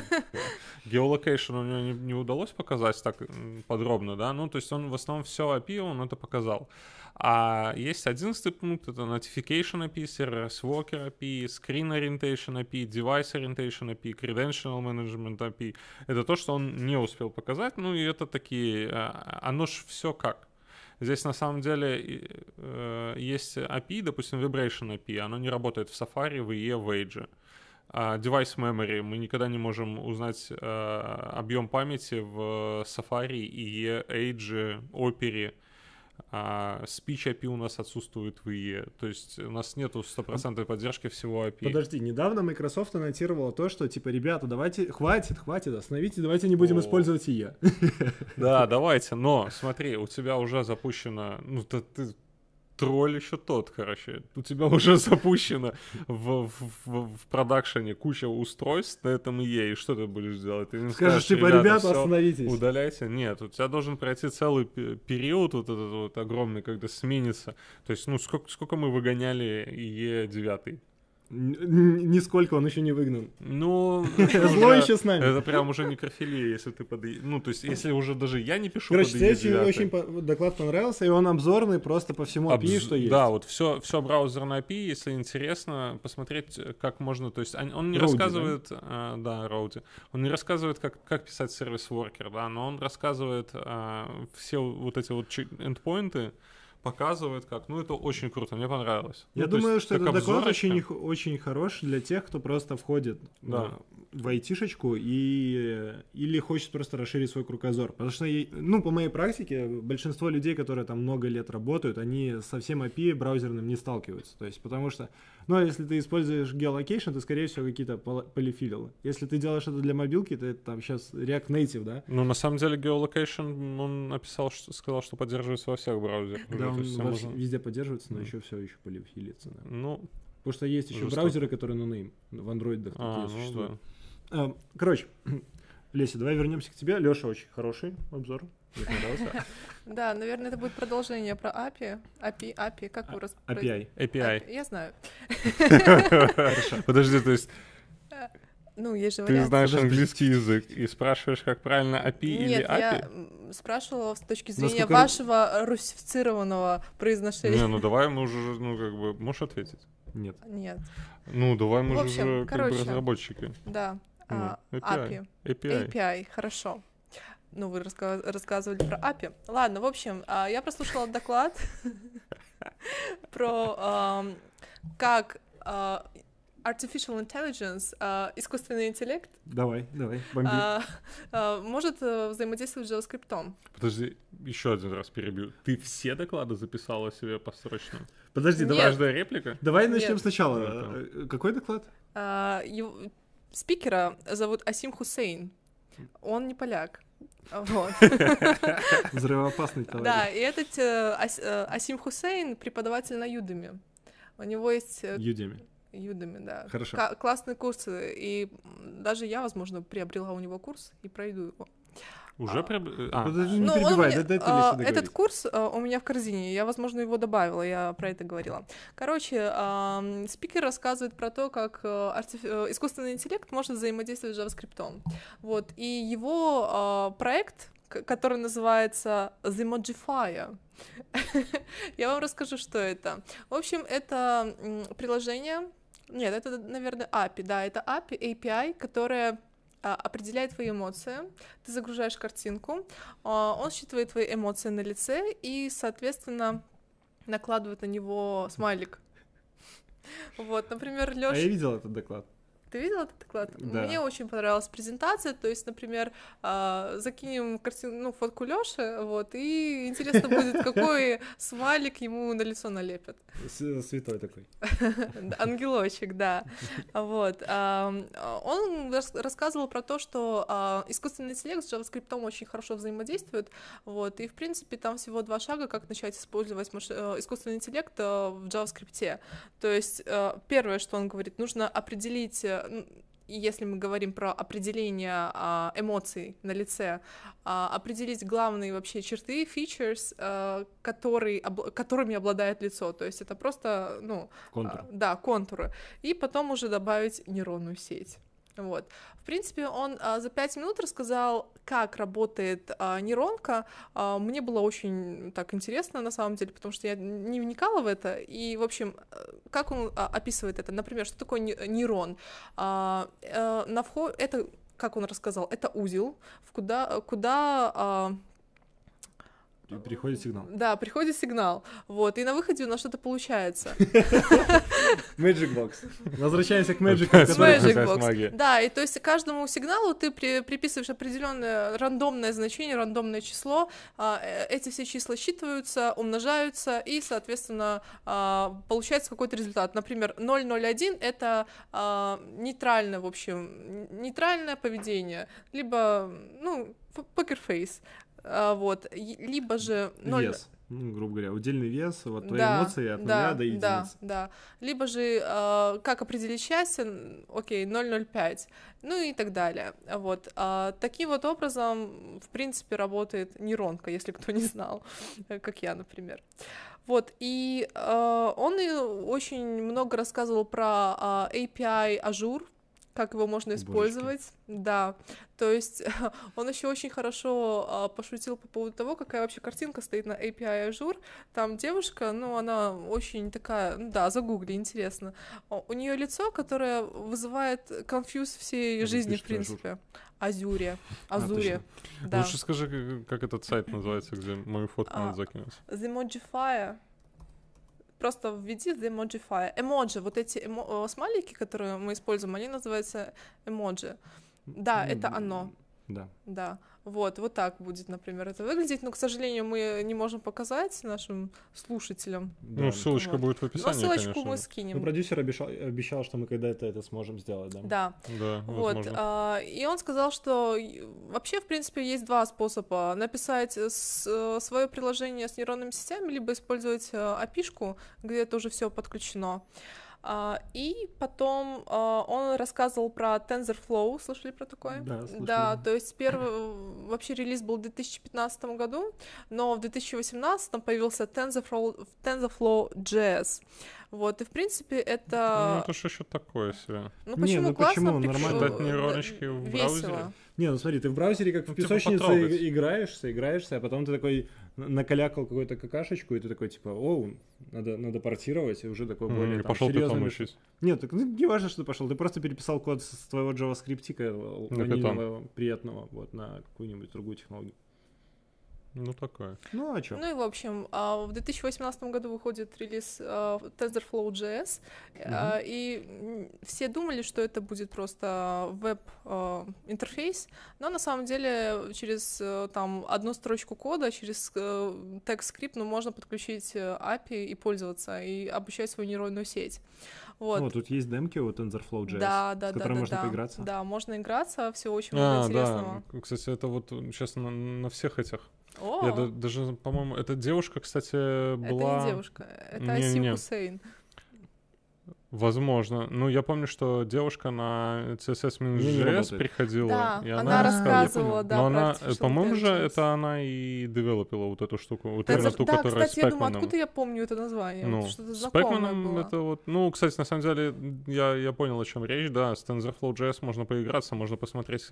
A: Геолокейшн у него не, не удалось показать так м, подробно, да, ну, то есть он в основном все эй пи ай, он это показал. А есть одиннадцатый пункт, это Notification эй пи ай, Service Worker эй пи ай, Screen Orientation эй пи ай, Device Orientation эй пи ай, Credential Management эй пи ай. Это то, что он не успел показать, ну, и это такие, а, оно ж все как. Здесь на самом деле и, э, есть эй пи ай, допустим, Vibration эй пи ай, оно не работает в Safari, в и и, в Edge. А device memory, мы никогда не можем узнать э, объем памяти в Safari, и и, Edge, Opera. А Speech эй пи ай у нас отсутствует в и и. То есть у нас нету стопроцентной поддержки всего эй пи ай.
B: Подожди, недавно Microsoft анонсировала то, что типа, ребята, давайте, хватит, хватит, остановите, давайте не будем
A: О.
B: использовать и и.
A: Да, давайте, но смотри, у тебя уже запущено, ну ты, ты тролль еще тот, короче. У тебя уже запущено в, в, в, в продакшене куча устройств на этом и и. И что ты будешь делать? Ты им
B: Скажешь,
A: скажешь,
B: типа, ребята,
A: всё,
B: остановитесь.
A: удаляйте. Нет, у тебя должен пройти целый пе- период вот этот вот огромный, когда сменится. То есть, ну, сколько, сколько мы выгоняли и и девять?
B: Н- н- Нисколько он еще не выгнан.
A: Ну,
B: Зло
A: уже-
B: еще с нами.
A: Это прям уже некрофилия, если ты под... и- Ну, то есть, если уже даже я не пишу
B: Короче,
A: под
B: тебе
A: и и
B: очень,
A: девять.
B: очень по- доклад понравился, и он обзорный просто по всему эй пи ай,
A: Обз-
B: что есть.
A: Да, вот все, все браузерное эй пи ай, если интересно, посмотреть, как можно, то есть он, он не
B: Роуди,
A: рассказывает, а, да, Роуди, он не рассказывает, как, как писать сервис-воркер, да, но он рассказывает а, все вот эти вот чи- эндпоинты, показывает как, ну это очень круто, мне понравилось.
B: Я
A: Ну, то
B: думаю,
A: есть,
B: что
A: как
B: этот доклад
A: обзорочка.
B: очень, х- очень хорош для тех, кто просто входит
A: Да.
B: э, в айтишечку и, или хочет просто расширить свой кругозор. Потому что, я- ну, по моей практике, большинство людей, которые там много лет работают, они со всем эй пи ай браузерным не сталкиваются. То есть, потому что, ну, если ты используешь geolocation, то, скорее всего, какие-то пол- полифилилы. Если ты делаешь это для мобилки, то это там сейчас React Native, да?
A: Ну, на самом деле, geolocation, он написал, что, сказал, что поддерживается во всех браузерах. уже,
B: Да,
A: то
B: он
A: есть
B: во
A: там
B: вс-
A: можно-
B: везде поддерживается, но
A: Да.
B: еще все еще полифилится. Да.
A: Ну,
B: Потому что есть еще
A: Жестоко.
B: браузеры, которые no name в андроидах
A: а,
B: такие
A: ну
B: существуют.
A: да.
B: А, Короче, Леся, давай вернемся к тебе. Леша очень хороший обзор. Мне понравился.
C: Да, наверное, это будет продолжение про эй пи ай. эй пи ай, эй пи ай, как вы раз...
B: эй пи ай.
A: эй пи ай.
C: Я знаю.
A: Подожди, то есть
C: Ну, есть же
A: ты
C: вариант.
A: знаешь
B: Подожди.
A: английский язык и спрашиваешь, как правильно эй пи ай или
C: Нет, я
A: эй пи ай?
C: м, спрашивала с точки зрения
B: Насколько-
C: вашего русифицированного произношения.
A: Не, ну давай мы уже, ну как бы, можешь ответить?
B: Нет.
C: Нет,
A: Ну, давай мы
C: В
A: же
C: общем,
A: уже как бы
C: короче.
A: разработчики.
C: да.
A: Ну,
C: А,
A: эй пи ай.
C: эй пи ай.
A: эй пи ай.
C: эй пи ай, хорошо. Ну, вы раска- рассказывали про эй пи ай. Ладно, в общем, а, я прослушала доклад про ам, как а, artificial intelligence, а, искусственный интеллект,
B: Давай, давай, бомби.
C: а, а, может а, взаимодействовать с JavaScript.
A: Подожди, еще один раз перебью. Ты все доклады записала себе посрочно?
B: Подожди, давай.
C: Нет.
A: Каждая реплика?
B: Давай
C: Нет.
B: начнем сначала.
A: Ну,
B: Э, Какой доклад?
C: А, его- спикера зовут Асим Хусейн. Он не поляк. Вот.
B: Взрывоопасный товарищ.
C: Да, и этот э, Ас- э, Асим Хусейн преподаватель на Юдами. У него есть э,
B: Юдеми.
C: Юдами, да.
B: Хорошо.
C: Ка- классные курсы, и м, даже я, возможно, приобрела у него курс и пройду его.
A: Уже
C: А.
A: прям... А,
B: Подожди, не
C: Ну, он у
B: перебивай,
C: меня-
B: дай- дай ты
C: а,
B: Лесе
C: этот
B: договорить.
C: курс а, у меня в корзине, я, возможно, его добавила, я про это говорила. Короче, ам, спикер рассказывает про то, как э, артифи- э, искусственный интеллект может взаимодействовать с JavaScript. Вот, и его а, проект, к- который называется The Modifier. Я вам расскажу, что это. В общем, это м, приложение, нет, это, наверное, эй пи ай, да, это эй пи ай, эй пи ай, которое а, определяет твои эмоции. Ты загружаешь картинку, а, он считывает твои эмоции на лице и, соответственно, накладывает на него смайлик. Вот, например,
B: А я
C: Лёша,
B: видел этот доклад.
C: ты видел этот доклад?
B: Да.
C: Мне очень понравилась презентация, то есть, например, а, закинем картину, ну, фотку Лёши, вот, и интересно будет, какой смайлик ему на лицо налепят.
B: С- Святой такой.
C: Ангелочек, да. Вот. ам, Он рас- рассказывал про то, что а, искусственный интеллект с JavaScript очень хорошо взаимодействует. Вот. И, в принципе, там всего два шага, как начать использовать маш- э, искусственный интеллект э, в JavaScript. То есть, э, первое, что он говорит, нужно определить, э, н- и если мы говорим про определение а, эмоций на лице, а, определить главные вообще черты, features, а, которые, обла- которыми обладает лицо. То есть это просто, ну,
B: Контур.
C: а, да, контуры. И потом уже добавить нейронную сеть. Вот. В принципе, он а, за пять минут рассказал, как работает а, нейронка. А, мне было очень так интересно, на самом деле, потому что я не вникала в это. И, в общем, э, как он а, описывает это? Например, что такое не- нейрон? А, э, на вход... Это, как он рассказал, это узел, в куда, куда а,
B: И приходит сигнал.
C: да, приходит сигнал. Вот, и на выходе у нас что-то получается.
B: Magic Box. Возвращаемся к Magic
A: Опять
B: Box.
A: Смотри,
C: Magic
A: какая
C: Box.
A: магия.
C: Да, и то есть каждому сигналу ты при- приписываешь определенное рандомное значение, рандомное число. а, э, Эти все числа считываются, умножаются, и, соответственно, а, получается какой-то результат. Например, ноль ноль один — это а, нейтральное, в общем, н- нейтральное поведение, либо, ну, покерфейс. Вот, и- либо же ноль...
B: Вес. Ну, грубо говоря, удельный вес, вот твои
C: Да,
B: эмоции от
C: да,
B: нуля до единицы.
C: Да, да. Либо же, э, как определить счастье, н- окей, ноль ноль пять, ну и так далее. Вот. А таким вот образом, в принципе, работает нейронка, если кто не знал, э, как я, например. Вот, и э, он и очень много рассказывал про э, эй пи ай Azure, как его можно
B: Божечки.
C: использовать, да, то есть он еще очень хорошо а, пошутил по поводу того, какая вообще картинка стоит на эй пи ай Azure, там девушка, ну, она очень такая, ну, да, загугли, интересно, О, у нее лицо, которое вызывает конфьюз всей
B: Как
C: жизни, в
B: пишется Azure?
C: принципе, Азюре,
B: А,
C: Азуре,
B: точно.
C: да.
A: Лучше скажи, как, как этот сайт называется, где мою фотку
C: А,
A: надо закинуть.
C: The Modifier. Просто введи The Modifier. Эмоджи, вот эти эмо- э, смайлики, которые мы используем, они называются эмоджи. Да,
B: Ну,
C: это оно.
B: Да.
C: Да, вот, вот так будет, например, это выглядеть, но, к сожалению, мы не можем показать нашим слушателям.
A: Ну,
B: да.
A: ссылочка
C: Вот.
A: будет в
C: Но
A: описании,
C: ссылочку
A: конечно.
C: мы
B: Ну,
C: скинем.
B: продюсер обещал, обещал, что мы когда-то это сможем сделать, да?
C: Да,
A: Да,
C: вот.
A: возможно.
C: а, и он сказал, что и- вообще, в принципе, есть два способа: написать свое приложение с нейронными сетями, либо использовать э, эй пи ай-шку, где это уже все подключено. А, и потом а, он рассказывал про TensorFlow, слышали про такое?
B: Да, слышали.
C: Да, то есть первый э, вообще релиз был в две тысячи пятнадцатом году, но в две тысячи восемнадцатом появился TensorFlow, TensorFlow джей эс. Вот, и в принципе
A: Ну,
C: это...
A: это же еще такое себе.
C: Ну
B: Не,
C: почему?
B: ну
C: Классно,
B: почему?
C: прик-
B: Нормально.
A: Дать
C: э,
A: нейроночки
C: да,
A: в
C: весело.
A: браузере?
B: Не, ну смотри, ты в браузере как в
A: Ну, типа
B: песочнице
A: потрогать.
B: и- играешься, играешься, а потом ты такой н- накалякал какую-то какашечку, и ты такой, типа, оу, надо, надо портировать, и уже такой
A: Мгм,
B: более
A: и
B: там,
A: пошел
B: серьезный
A: питон
B: меш-
A: учить.
B: Нет, так ну, не важно, что ты пошел, ты просто переписал код с твоего JavaScript
A: На
B: ванильного, приятного, вот, на какую-нибудь другую технологию.
A: Ну, такое.
B: Ну, а чё?
C: Ну и, в общем, а, в две тысячи восемнадцатом году выходит релиз а, TensorFlow.js, а, и м, все думали, что это будет просто веб-интерфейс, но на самом деле через э, там одну строчку кода, через э, TypeScript, ну, можно подключить э, эй пи ай и пользоваться, и обучать свою нейронную сеть. Вот.
B: О, тут есть демки у TensorFlow.js,
C: Да, да,
B: с
C: да,
B: которой
C: да,
B: можно
C: да.
B: поиграться.
C: Да, можно играться, все очень много
A: А,
C: интересного.
A: да. Кстати, это вот сейчас на, на всех этих.
C: О,
A: Я да- даже, по-моему, эта девушка, кстати,
C: это
A: была...
C: не девушка, это
A: Не-не-не.
C: Асим Хусейн.
A: Возможно. Ну, я помню, что девушка на си эс эс
B: Не, не
A: Minus.js
B: работает.
A: приходила,
C: Да,
A: и
C: она,
A: она рассказывала.
C: рассказывала, да,
A: Но
C: про
A: она,
C: artificial
A: по-моему же,
C: intelligence.
A: это она и девелопила вот эту штуку. Вот
C: Да,
A: именно
C: за-
A: ту,
C: да,
A: которая
C: кстати,
A: с
C: я думаю,
A: Пэкманом.
C: откуда я помню это название?
A: Ну,
C: Вот что-то
A: с
C: знакомое
A: Пэкманом
C: было.
A: это вот... Ну, кстати, на самом деле, я, я понял, о чем речь, да. С TensorFlow.js можно поиграться, можно посмотреть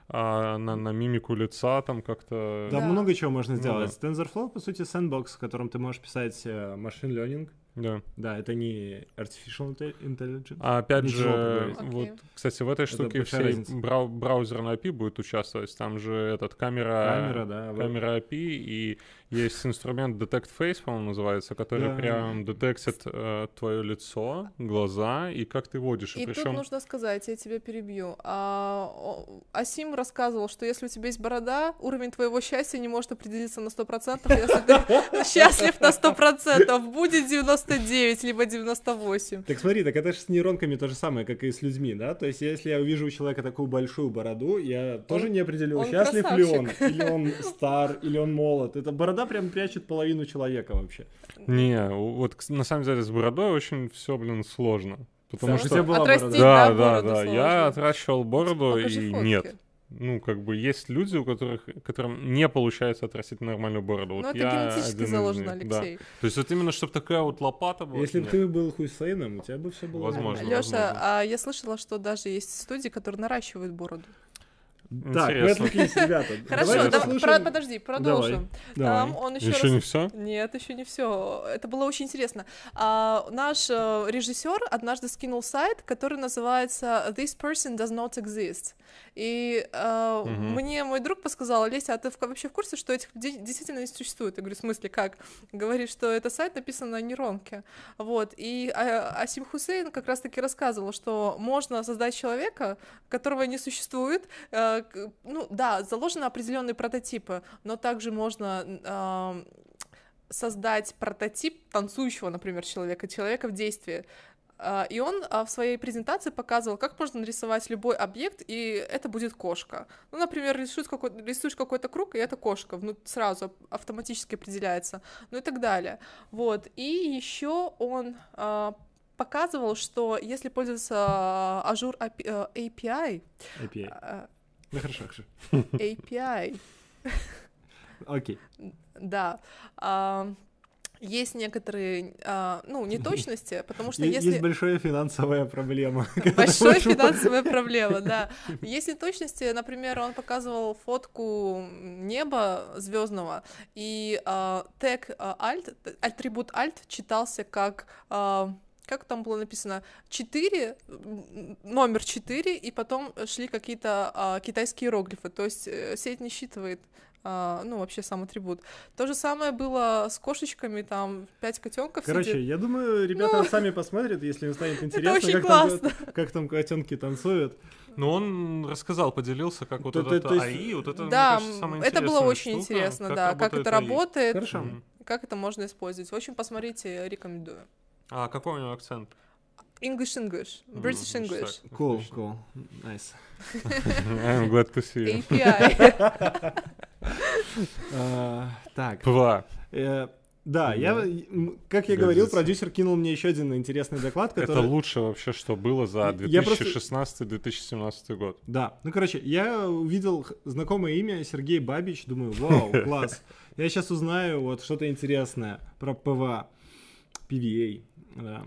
A: а, на, на мимику лица там как-то...
B: Да,
C: Да.
B: много чего можно
A: Ну
B: сделать. TensorFlow, по сути, сэндбокс, в котором ты можешь писать э, machine learning.
A: Да.
B: Да, это не artificial inte- intelligence.
A: А опять
B: Ничего
A: же,
B: поговорить.
A: вот,
C: Окей.
A: кстати, в этой штуке
B: большая
A: всей
B: разница.
A: брау- браузерный эй пи ай будет участвовать. Там же этот камера...
B: Камера, да. вот.
A: камера эй пи ай, и есть инструмент Detect Face, по-моему, называется, который
B: Да.
A: прям детектит э, твое лицо, глаза и как ты водишь.
C: И
A: причем
C: тут нужно сказать, я тебя перебью. А, о, Асим рассказывал, что если у тебя есть борода, уровень твоего счастья не может определиться на сто процентов. Если ты счастлив на сто процентов, будет девяносто девять, либо девяносто восемь.
B: Так смотри, так это же с нейронками то же самое, как и с людьми, да? То есть если я увижу у человека такую большую бороду, я тоже не определю,
C: он
B: счастлив ли он,
C: красавчик.
B: или он стар, или он молод. Эта борода прям прячет половину человека вообще.
A: Не, у- вот кс- на самом деле с бородой очень все, блин, сложно. Потому
B: Саша,
A: что...
B: у тебя была
C: Отрастить,
B: борода?
A: Да,
C: да,
A: да,
C: бороду
A: да.
C: сложно.
A: Я отращивал бороду,
C: Покажи
A: и
C: фотки.
A: нет. Ну, как бы есть люди, у которых, которым не получается отрастить нормальную бороду.
C: Ну,
A: Вот
C: это
A: я
C: генетически
A: один из
C: заложено,
A: них, да.
C: Алексей.
A: То есть вот именно, чтобы такая вот лопата была.
B: Если бы
A: нет.
B: ты был Хусейном, у тебя бы все было
A: Возможно.
B: нормально.
C: Лёша,
A: возможно.
C: а я слышала, что даже есть студии, которые наращивают бороду.
B: Так, мы
A: Интересно.
B: отвлеклись, ребята.
C: Хорошо,
B: Давай
C: да,
B: послушаем.
C: про- подожди, продолжим.
B: Давай.
C: Там он еще,
A: Еще
C: раз...
A: не все?
C: Нет, еще не все. Это было очень интересно. А, наш э, режиссер однажды скинул сайт, который называется This person does not exist. И э,
A: Мгм.
C: мне мой друг подсказал: Леся, а ты в- вообще в курсе, что этих людей действительно не существует? Я говорю, в смысле, как? Говорит, что это сайт написан на нейронке. Вот. И а, Асим Хусейн как раз-таки рассказывал, что можно создать человека, которого не существует. Э, к- ну да, заложены определенные прототипы, но также можно э, создать прототип танцующего, например, человека, человека в действии. А, И он а, в своей презентации показывал, как можно нарисовать любой объект, и это будет кошка. Ну, например, рисуешь какой- рисуешь какой-то круг, и это кошка, ну, сразу автоматически определяется, ну и так далее. Вот. И еще он а, показывал, что если пользоваться а, Azure эй пи ай,
B: эй пи ай.
C: а,
B: Ну хорошо, хорошо.
C: эй пи ай,
B: Окей.
C: да, а, есть некоторые, а, ну, неточности, потому что
B: Е-
C: если...
B: Есть большая финансовая проблема.
C: Большая финансовая проблема, да. Есть неточности, например, он показывал фотку неба звездного, и а, тег а, alt, атрибут alt читался как... а, как там было написано? четыре, м, номер четыре, и потом шли какие-то а, китайские иероглифы, то есть э, сеть не считывает, а, ну, вообще сам атрибут. То же самое было с кошечками, там, пять котенков
B: Короче,
C: сидит.
B: я думаю, ребята сами посмотрят, если им станет интересно,
C: очень
B: как, там,
C: классно.
B: как там котенки танцуют.
A: Ну, он рассказал, поделился, как вот
B: То- то-
A: этот
B: то есть-
A: эй ай, вот это, мне
C: Да,
A: кажется, самая
C: это было
A: интересная
C: очень
A: штука,
C: интересно, да, как это
A: эй ай.
C: работает,
B: Хорошо.
A: Мгм.
C: как это можно использовать. В общем, посмотрите, рекомендую.
A: А какой у него акцент?
C: English English, British
A: М,
C: English,
A: так,
B: Cool,
A: отлично.
B: cool. Nice.
A: I'm glad to see you.
C: эй пи ай.
B: А, Так.
A: Пва.
B: э, Да, я,
A: Да.
B: м, как я
A: Да,
B: говорил,
A: здесь-
B: продюсер кинул мне еще один интересный доклад,
A: Это
B: который...
A: лучшее вообще, что было за
B: Я просто-
A: две тысячи шестнадцатый — две тысячи семнадцатый год.
B: Да, ну короче, я увидел х- знакомое имя Сергей Бабич, думаю, вау, класс. Я сейчас узнаю вот что-то интересное про ПВА, пи ви эй. Да.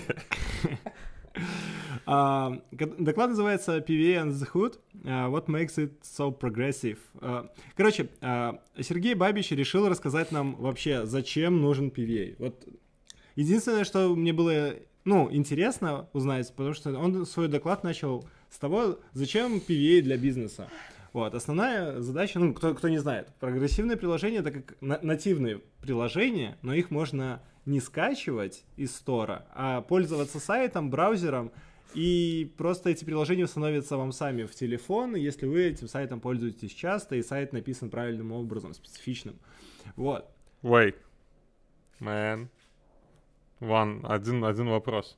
B: А, г- Доклад называется пи ви эй and the Hood. а, What makes it so progressive? А, Короче, а, Сергей Бабич решил рассказать нам вообще, зачем нужен пи ви эй. Вот единственное, что мне было, ну, интересно узнать, потому что он свой доклад начал с того, зачем пи ви эй для бизнеса. Вот, основная задача, ну, кто, кто не знает, прогрессивные приложения — это как на- нативные приложения, но их можно не скачивать из стора, а пользоваться сайтом, браузером, и просто эти приложения установятся вам сами в телефон, если вы этим сайтом пользуетесь часто, и сайт написан правильным образом, специфичным. Вот.
A: Wait. Man. One. Один, один вопрос.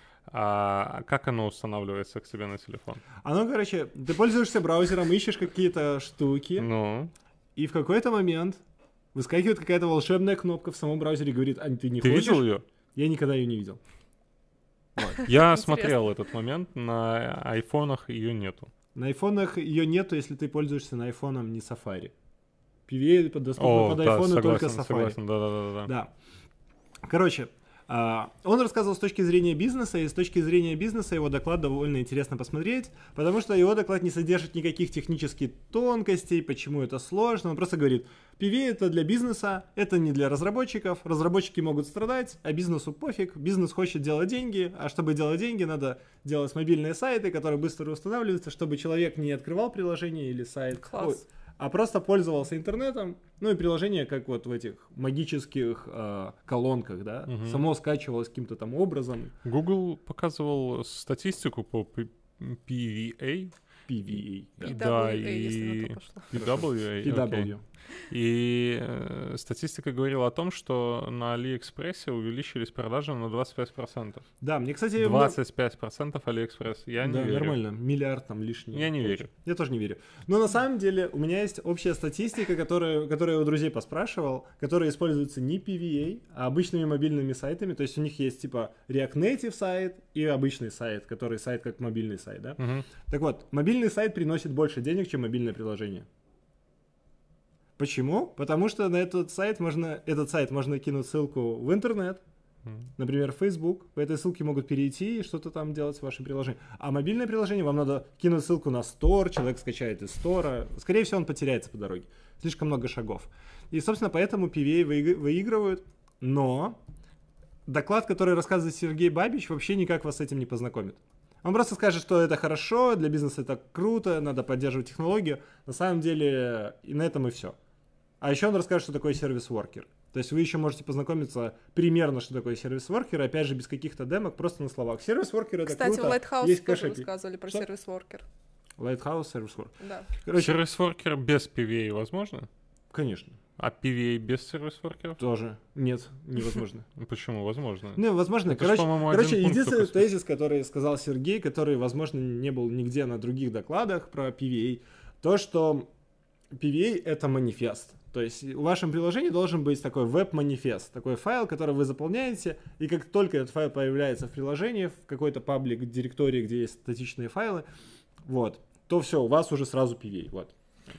A: А как оно устанавливается к себе на телефон?
B: Оно, короче, ты пользуешься браузером, ищешь какие-то штуки,
A: Ну,
B: и в какой-то момент выскакивает какая-то волшебная кнопка в самом браузере и говорит: а ты не
A: ты
B: хочешь?
A: видел ее?
B: Я никогда ее не видел.
A: Я
C: Интересно.
A: смотрел этот момент, на айфонах ее нету.
B: На айфонах ее нету, если ты пользуешься на айфоном не Safari. пи ви эй доступно
A: О,
B: под
A: да,
B: айфоны только
A: согласен,
B: Safari.
A: согласен, да-да-да.
B: Да. Короче, а, он рассказывал с точки зрения бизнеса, и с точки зрения бизнеса его доклад довольно интересно посмотреть, потому что его доклад не содержит никаких технических тонкостей, почему это сложно. Он просто говорит: пи ви эй это для бизнеса, это не для разработчиков. Разработчики могут страдать, а бизнесу пофиг. Бизнес хочет делать деньги, а чтобы делать деньги, надо делать мобильные сайты, которые быстро устанавливаются, чтобы человек не открывал приложение или сайт.
C: Класс.
B: Ой, а просто пользовался интернетом, ну и приложение, как вот в этих магических э, колонках, да,
A: Мгм.
B: само скачивалось каким-то там образом.
A: Google показывал статистику по пи ви эй.
B: пи ви эй,
C: И
B: да.
A: Да,
C: дабл ю эй, если на
A: и
C: то пошло.
A: пи дабл ю эй,
B: пи дабл ю.
A: окей. И э, статистика говорила о том, что на Алиэкспрессе увеличились продажи на двадцать пять процентов.
B: Да, мне, кстати...
A: двадцать пять процентов Алиэкспресс. Я не
B: да,
A: верю.
B: нормально, миллиард там лишний.
A: Я не
B: получил.
A: верю.
B: Я тоже не верю. Но на самом деле у меня есть общая статистика, которую, которую я у друзей поспрашивал, которая используется не пи ви эй, а обычными мобильными сайтами. То есть у них есть типа React Native сайт и обычный сайт, который сайт как мобильный сайт, да?
A: Мгм.
B: Так вот, мобильный сайт приносит больше денег, чем мобильное приложение. Почему? Потому что на этот сайт можно, этот сайт можно кинуть ссылку в интернет,
A: Мгм.
B: например, в Facebook. По этой ссылке могут перейти и что-то там делать с вашим приложением. А мобильное приложение вам надо кинуть ссылку на Store, человек скачает из Store. Скорее всего, он потеряется по дороге. Слишком много шагов. И, собственно, поэтому пи ви эй выиг- выигрывают. Но доклад, который рассказывает Сергей Бабич, вообще никак вас с этим не познакомит. Он просто скажет, что это хорошо, для бизнеса это круто, надо поддерживать технологию. На самом деле, и на этом и все. А еще он расскажет, что такое сервис-воркер. То есть вы еще можете познакомиться примерно, что такое сервис-воркер, опять же, без каких-то демок, просто на словах. Сервис-воркер это
C: Кстати,
B: круто.
C: в Lighthouse
B: есть
C: тоже
B: кэш-эй пи.
C: рассказывали про
B: Что?
C: сервис-воркер.
B: Lighthouse, сервис-воркер.
C: Да.
B: Короче,
A: Сервис-воркер без пи ви эй возможно?
B: конечно,
A: А пи ви эй без сервис-воркеров?
B: тоже. Нет, невозможно.
A: Почему? Возможно.
B: Ну, возможно.
A: Это ж,
B: Короче,
A: по-моему,
B: короче
A: один пункт
B: единственный
A: только
B: тезис, который сказал Сергей, который, возможно, не был нигде на других докладах про пи ви эй, то, что пи ви эй — это манифест. То есть в вашем приложении должен быть такой веб-манифест, такой файл, который вы заполняете, и как только этот файл появляется в приложении, в какой-то паблик директории, где есть статичные файлы, вот, то все, у вас уже сразу пи ви эй, вот.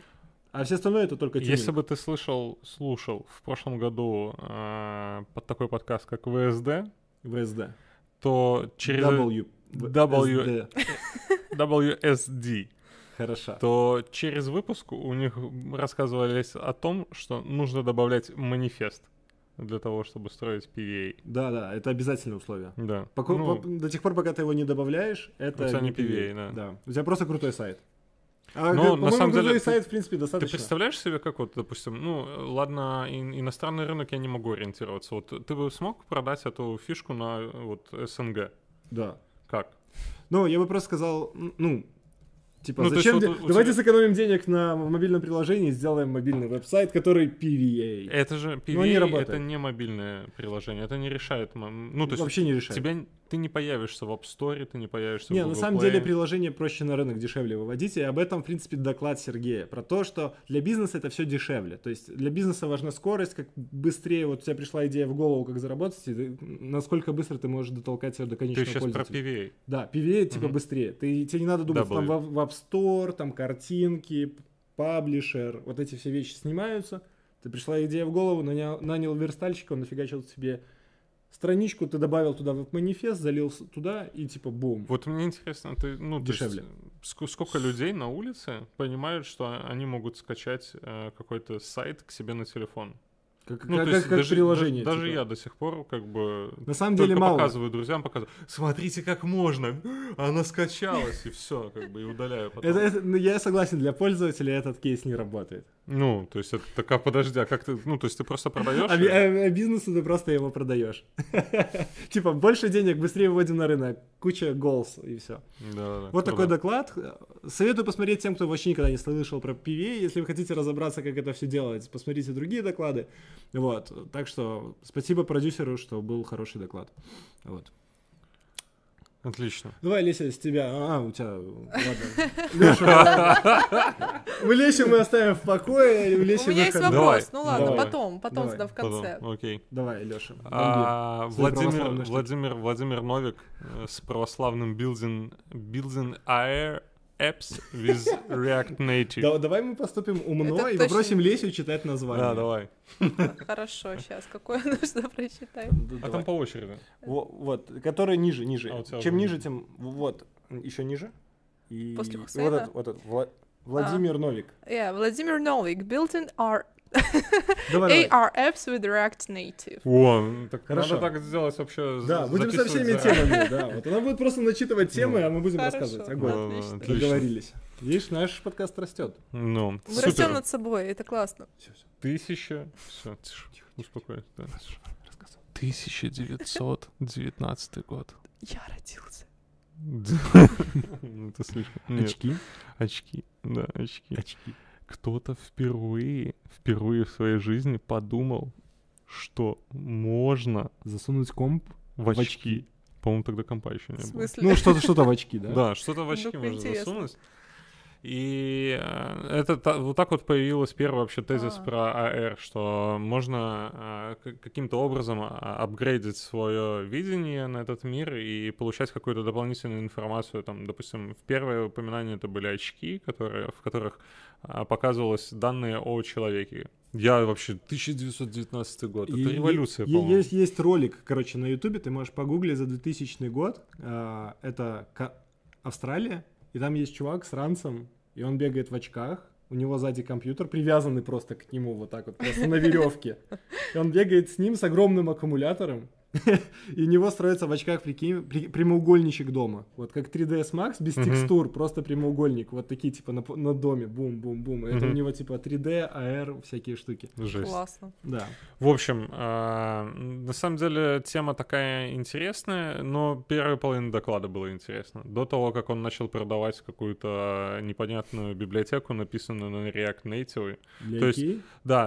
B: А все остальное это только тюнинг.
A: Если бы ты слышал, слушал в прошлом году э, под такой подкаст, как ви эс ди,
B: ви эс ди.
A: то через
B: W.
A: W.
B: эс ди.
A: дабл ю эс ди,
B: Хорошо.
A: то через выпуск у них рассказывались о том, что нужно добавлять манифест для того, чтобы строить пи ви эй.
B: Да, да, это обязательное условие.
A: Да.
B: Пока-
A: Ну,
B: по- до тех пор, пока ты его не добавляешь, это
A: У тебя не
B: пи ви эй.
A: пи ви эй, да.
B: У тебя просто крутой сайт. А,
A: Но,
B: как-
A: на
B: по-моему,
A: самом деле,
B: крутой
A: ты-
B: сайт, в принципе,
A: Ты
B: достаточно.
A: представляешь себе, как вот, допустим, ну, ладно, ин- иностранный рынок я не могу ориентироваться. Вот ты бы смог продать эту фишку на вот эс эн гэ?
B: Да.
A: Как?
B: Ну, я бы просто сказал, м, ну, типа,
A: Ну, то есть
B: зачем...
A: вот
B: де-
A: у- у
B: Давайте
A: тебя-
B: сэкономим денег на мобильном приложении и сделаем мобильный веб-сайт, который пи ви эй.
A: Это же пи
B: Но
A: ви
B: не
A: эй,
B: работает.
A: это не мобильное приложение, это не решает... м- Ну, то есть
B: Вообще не решает.
A: тебя, ты не появишься в App Store, ты не появишься
B: Не,
A: в
B: на
A: Google
B: самом
A: Play.
B: деле приложение проще на рынок дешевле выводить, и об этом, в принципе, доклад Сергея. Про то, что для бизнеса это все дешевле. То есть для бизнеса важна скорость, как быстрее вот у тебя пришла идея в голову, как заработать, и ты- насколько быстро ты можешь дотолкать ее до
A: Ты
B: конечного
A: сейчас про
B: пользователя.
A: пи ви эй.
B: Да, пи ви эй типа
A: Мгм.
B: быстрее. Ты, тебе не надо думать там
A: W.
B: в, в App Store, там картинки, паблишер, вот эти все вещи снимаются. Ты пришла идея в голову, нанял, нанял верстальщика, он нафигачил тебе страничку, ты добавил туда веб-манифест, залил с- туда и типа бум.
A: Вот мне интересно, ты, ну, то есть,
B: Дешевле.
A: ск- сколько людей на улице понимают, что они могут скачать э, какой-то сайт к себе на телефон?
B: Как,
A: Ну,
B: как,
A: то есть
B: как
A: даже,
B: приложение.
A: даже, даже
B: типа.
A: я до сих пор как бы
B: На самом
A: только
B: деле мало.
A: показываю друзьям, показываю, смотрите, как можно, она скачалась, и все, как бы, и удаляю потом.
B: Это, это, ну, я согласен, для пользователя этот кейс не работает.
A: Ну, то есть это такая, подожди, а как ты, ну, то есть ты просто продаешь?
B: А, а, а бизнесу ты просто его продаешь. Типа, больше денег, быстрее вводим на рынок, куча голс, и все. Вот такой доклад. Советую посмотреть тем, кто вообще никогда не слышал про пи ви эй. Если вы хотите разобраться, как это все делать, посмотрите другие доклады. Вот. Так что спасибо продюсеру, что был хороший доклад. Вот.
A: Отлично.
B: Давай, Леся, с тебя. А, у тебя. Ладно. Леша, мы Лесю мы оставим в покое. У
C: Леси меня есть вопрос.
A: Давай.
C: Ну ладно,
A: Давай.
C: потом, потом тогда в конце.
A: Потом. Окей.
B: Давай, Леша.
A: А, Владимир, Владимир, Владимир Новик с православным building, building Air Apps with React Native.
B: Да, давай мы поступим умно
C: Это
B: и
C: точно...
B: попросим Лесю читать название.
A: Да, давай.
C: Хорошо, сейчас. Какое нужно прочитать?
A: А там по очереди.
B: Вот, вот, который ниже, ниже.
A: А
B: Чем ниже, тем вот еще ниже. И
C: после
B: Вот
C: Хусейна?
B: этот, вот этот, Вла... Владимир а. Новик.
C: Yeah, Владимир Новик. Building our
B: давай,
C: эй ар apps with React Native.
A: О, так
B: Хорошо.
A: надо так сделать вообще.
B: Да, будем со всеми темами, да. Вот она будет просто начитывать темы, ну, а мы будем
C: хорошо,
B: рассказывать. Огонь.
C: Отлично.
B: Договорились. Видишь, наш подкаст растет.
A: Ну,
C: мы
A: супер.
C: растем над собой, это классно.
B: Все, все.
A: Тысяча. Все, тише, успокойся. Да. тысяча девятьсот девятнадцатый год.
C: Я родился.
A: Это слишком.
B: Очки?
A: Очки, да, очки.
B: Очки.
A: Кто-то впервые, впервые в своей жизни подумал, что можно
B: засунуть комп
A: в очки.
B: В очки.
A: По-моему, тогда компа еще не было.
C: В смысле?
B: Ну, что-то, что-то в очки, да?
A: Да, что-то в очки
C: Ну,
A: можно
C: интересно.
A: засунуть. И э, это та, вот так вот появился первый вообще тезис
C: А.
A: про эй ар, что можно э, каким-то образом а, апгрейдить свое видение на этот мир и получать какую-то дополнительную информацию. Там, допустим, в первое упоминание это были очки, которые, в которых а, показывалось данные о человеке. Я вообще тысяча девятьсот девятнадцатый год. Это
B: И
A: революция,
B: е-
A: по-моему.
B: Есть, есть ролик, короче, на Ютубе, ты можешь погуглить за двухтысячный год. А, это Ка- Австралия, и там есть чувак с ранцем, и он бегает в очках. У него сзади компьютер, привязанный просто к нему вот так вот, просто на веревке. И он бегает с ним, с огромным аккумулятором. И у него строится в очках, прикинь, при- прямоугольничек дома. Вот как три ди эс Max, без
A: Мгм.
B: текстур, просто прямоугольник. Вот такие, типа, на, на доме. Бум-бум-бум. Это у
A: Мгм.
B: него, типа, три дэ, эй ар, всякие штуки.
A: Жесть.
C: Классно.
B: Да.
A: В общем, а, на самом деле тема такая интересная, но первая половина доклада была интересна. До того, как он начал продавать какую-то непонятную библиотеку, написанную на React Native.
B: Для
A: То есть-
B: Икеи?
A: Да,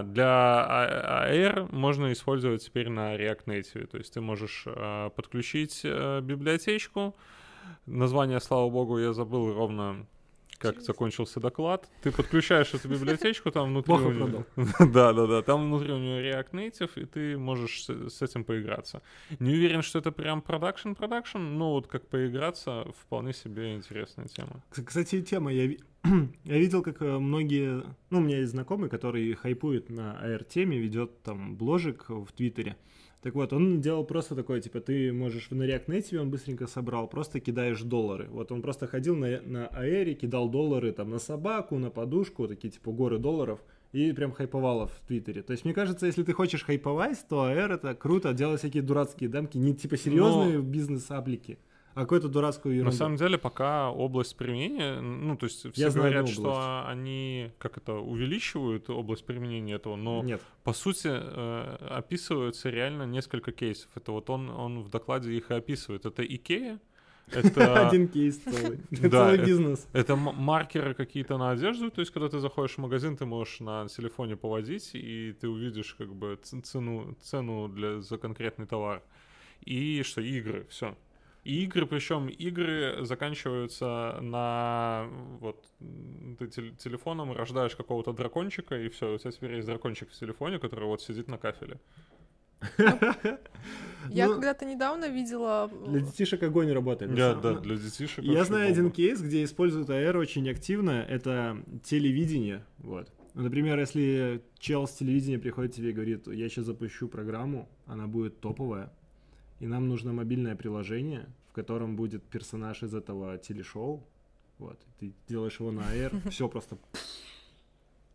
A: для эй ар можно использовать теперь на React Native. То есть ты можешь а, подключить а, библиотечку. Название, слава богу, я забыл ровно, как
C: Интересно.
A: закончился доклад. Ты подключаешь эту библиотечку, там внутри...
B: Плохо
A: у неё-
B: продал.
A: Да-да-да, там внутри у нее React Native, и ты можешь с, с этим поиграться. Не уверен, что это прям продакшн-продакшн, но вот как поиграться, вполне себе интересная тема.
B: К- Кстати, тема, я, ви- я видел, как э, многие, ну, у меня есть знакомый, который хайпует на эй ар-теме, ведет там бложик в Твиттере. Так вот, он делал просто такое, типа, ты можешь на React Native, он быстренько собрал, просто кидаешь доллары. Вот он просто ходил на, на эй ар, кидал доллары там на собаку, на подушку, такие, типа, горы долларов, и прям хайповало в Твиттере. То есть, мне кажется, если ты хочешь хайповать, то эй ар это круто, делать всякие дурацкие демки, не типа серьезные бизнес-аплики, а какую-то дурацкую ерунду.
A: На самом деле, пока область применения, ну, то есть все
B: Я знаю
A: говорят,
B: одну
A: что
B: область.
A: они, как это, увеличивают область применения этого, но
B: Нет.
A: по сути э, описываются реально несколько кейсов. Это вот он, он в докладе их и описывает. Это Икея, это...
B: Один кейс целый.
A: Да,
B: Целый
A: это-
B: бизнес.
A: Это м- маркеры какие-то на одежду, то есть когда ты заходишь в магазин, ты можешь на телефоне поводить, и ты увидишь как бы ц- цену, цену для, за конкретный товар. И что, игры, все. И игры, причем игры заканчиваются на вот м, ты тел- телефоном рождаешь какого-то дракончика, и все, у тебя теперь есть дракончик в телефоне, который вот сидит на кафеле.
C: Я
B: Ну,
C: когда-то недавно видела...
B: Для детишек огонь работает. на
A: Да,
B: самом-
A: да,
B: ну,
A: для детишек.
B: Я
A: вообще
B: знаю
A: бомба.
B: один кейс, где используют эй ар очень активно. Это телевидение. Вот. Ну, например, если чел с телевидения приходит тебе и говорит, я сейчас запущу программу, она будет топовая, и нам нужно мобильное приложение, в котором будет персонаж из этого телешоу. Вот. Ты делаешь его на эй ар, все просто...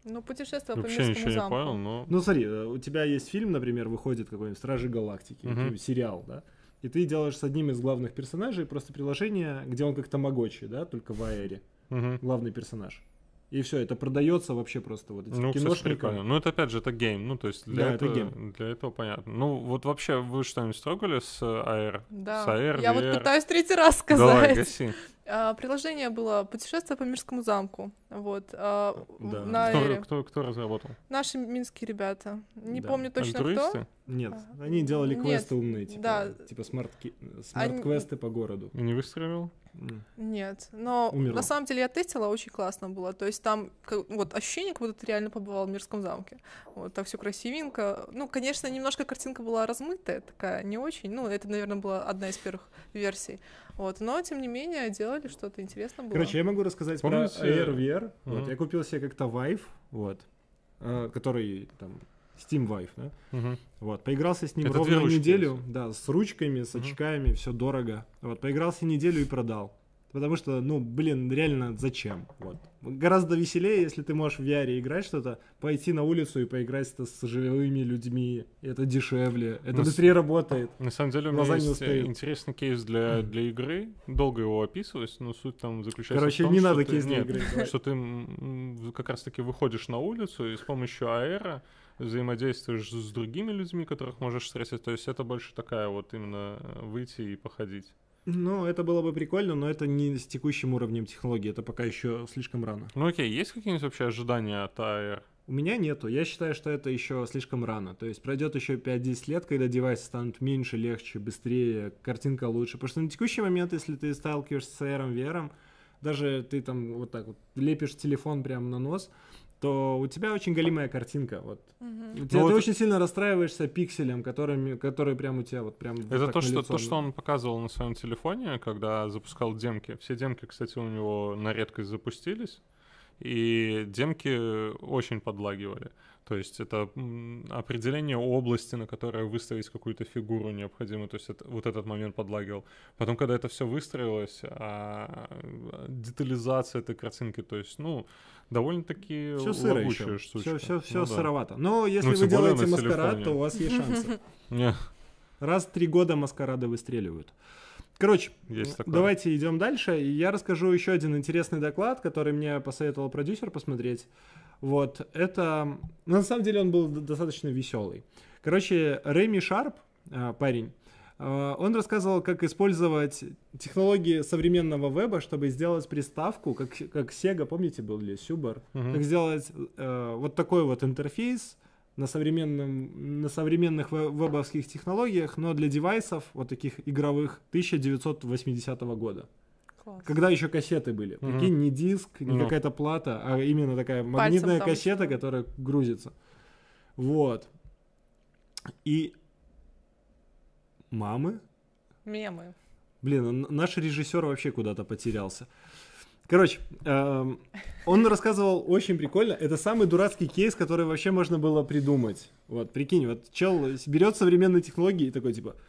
C: Ну, путешествие по
A: Вообще
C: Мирскому
A: ничего не
C: замку.
A: понял, но...
B: Ну смотри, э, у тебя есть фильм, например, выходит какой-нибудь «Стражи Галактики»,
A: Мгм.
B: какой-нибудь сериал, да? И ты делаешь с одним из главных персонажей просто приложение, где он как тамагочи, да, только в Аэре,
A: Мгм.
B: главный персонаж. И все, это продается вообще просто вот этим
A: Ну, кстати,
B: киношникам.
A: прикольно. Ну, это опять же, это гейм. Ну, то есть для,
B: Да, это
A: этого,
B: гейм.
A: для этого понятно. Ну, вот вообще вы что-нибудь трогали с аэр?
C: Да.
A: С аэр,
C: Я вот
A: ви ар?
C: пытаюсь третий раз
A: Давай,
C: сказать.
A: гаси.
C: А, Приложение было «Путешествие по Мирскому замку». Вот. а, в-
B: Да.
C: На
A: Кто,
C: Аэре.
A: кто, кто разработал?
C: Наши минские ребята. Не
B: Да.
C: помню точно кто.
A: Альтруисты?
B: Нет,
C: А,
B: они делали
C: нет,
B: квесты умные, типа,
C: да.
B: типа смарт
C: Они-
B: смарт-квесты по городу.
A: И не выстрелил?
B: М.
C: Нет, но
B: Умерла.
C: на самом деле я тестила, очень классно было. То есть там ка- вот ощущение, как будто ты реально побывал в Мирском замке. Вот так все красивенько. Ну, конечно, немножко картинка была размытая, такая не очень. Ну, это, наверное, была одна из первых версий. Вот, но тем не менее делали что-то интересное было.
B: Короче, я могу рассказать
A: Помните-
B: про Air ви ар. Вот,
A: Мгм.
B: я купил себе как-то Vive, вот, э, который там Steam Vive, да?
A: Мгм.
B: Вот, поигрался с ним
A: Это
B: ровно
A: две ручки
B: неделю,
A: есть.
B: да, с ручками, с
A: Мгм.
B: очками, все дорого. Вот, поигрался неделю и продал. Потому что, ну, блин, реально зачем? Вот. Гораздо веселее, если ты можешь в ви ар играть что-то, пойти на улицу и поиграть это с живыми людьми. Это дешевле, это
A: Ну, с-
B: быстрее работает.
A: На самом деле у меня
B: Глаза не
A: есть
B: устают.
A: интересный кейс для, для игры. Долго его описывать, но суть там заключается
B: Короче,
A: в том,
B: не
A: что
B: надо
A: ты-
B: кейс для
A: нет,
B: игры, давай.
A: что ты м, как раз-таки выходишь на улицу и с помощью аэра взаимодействуешь с другими людьми, которых можешь встретить. То есть это больше такая вот именно э, выйти и походить.
B: Ну, это было бы прикольно, но это не с текущим уровнем технологии, это пока еще слишком рано.
A: Ну окей, есть какие-нибудь вообще ожидания от АР?
B: У меня нету. Я считаю, что это еще слишком рано. То есть пройдет еще пять-десять лет, когда девайсы станут меньше, легче, быстрее, картинка лучше. Потому что на текущий момент, если ты сталкиваешься с эй ар, ви ар, даже ты там вот так вот лепишь телефон прямо на нос, то у тебя очень галимая картинка. Вот.
C: Мгм.
B: У тебя,
A: Ну
B: ты
A: вот-
B: очень сильно расстраиваешься пикселем, которыми, который прям у тебя вот прям вот
A: Это
B: так
A: то
B: на
A: что,
B: лицо.
A: то, что он показывал на своем телефоне, когда запускал демки. Все демки, кстати, у него на редкость запустились. И демки очень подлагивали. То есть это м, определение области, на которой выставить какую-то фигуру необходимую. То есть это, вот этот момент подлагивал. Потом, когда это все выстроилось, а, детализация этой картинки, то есть, ну, довольно-таки
B: Все сыро
A: лагучая
B: еще.
A: штучка.
B: Все, все, все
A: Ну да.
B: сыровато. Но если
A: Ну,
B: вы
A: тем более
B: делаете
A: на
B: маскарад,
A: телефоне.
B: то у вас есть шансы.
A: Не,
B: Раз в три года маскарады выстреливают. Короче,
A: есть такое.
B: давайте идем дальше. И я расскажу еще один интересный доклад, который мне посоветовал продюсер посмотреть. Вот, это... ну, на самом деле он был д- достаточно веселый. Короче, Рэми Шарп, а, парень, а, он рассказывал, как использовать технологии современного веба, чтобы сделать приставку, как, как Sega, помните, был ли Subar?
A: Мгм.
B: Как сделать э, вот такой вот интерфейс на, современном, на современных ве- вебовских технологиях, но для девайсов, вот таких игровых, тысяча девятьсот восьмидесятого года.
C: Класс.
B: Когда еще кассеты были.
A: Мгм.
B: Прикинь, не диск, не
A: Ну.
B: какая-то плата, а именно такая магнитная
C: там
B: кассета,
C: что-то.
B: которая грузится. Вот. И мамы.
C: Мемы.
B: Блин, н- наш режиссер вообще куда-то потерялся. Короче, эм, он рассказывал очень прикольно. Это самый дурацкий кейс, который вообще можно было придумать. Вот, прикинь, вот чел берет современные технологии и такой, типа,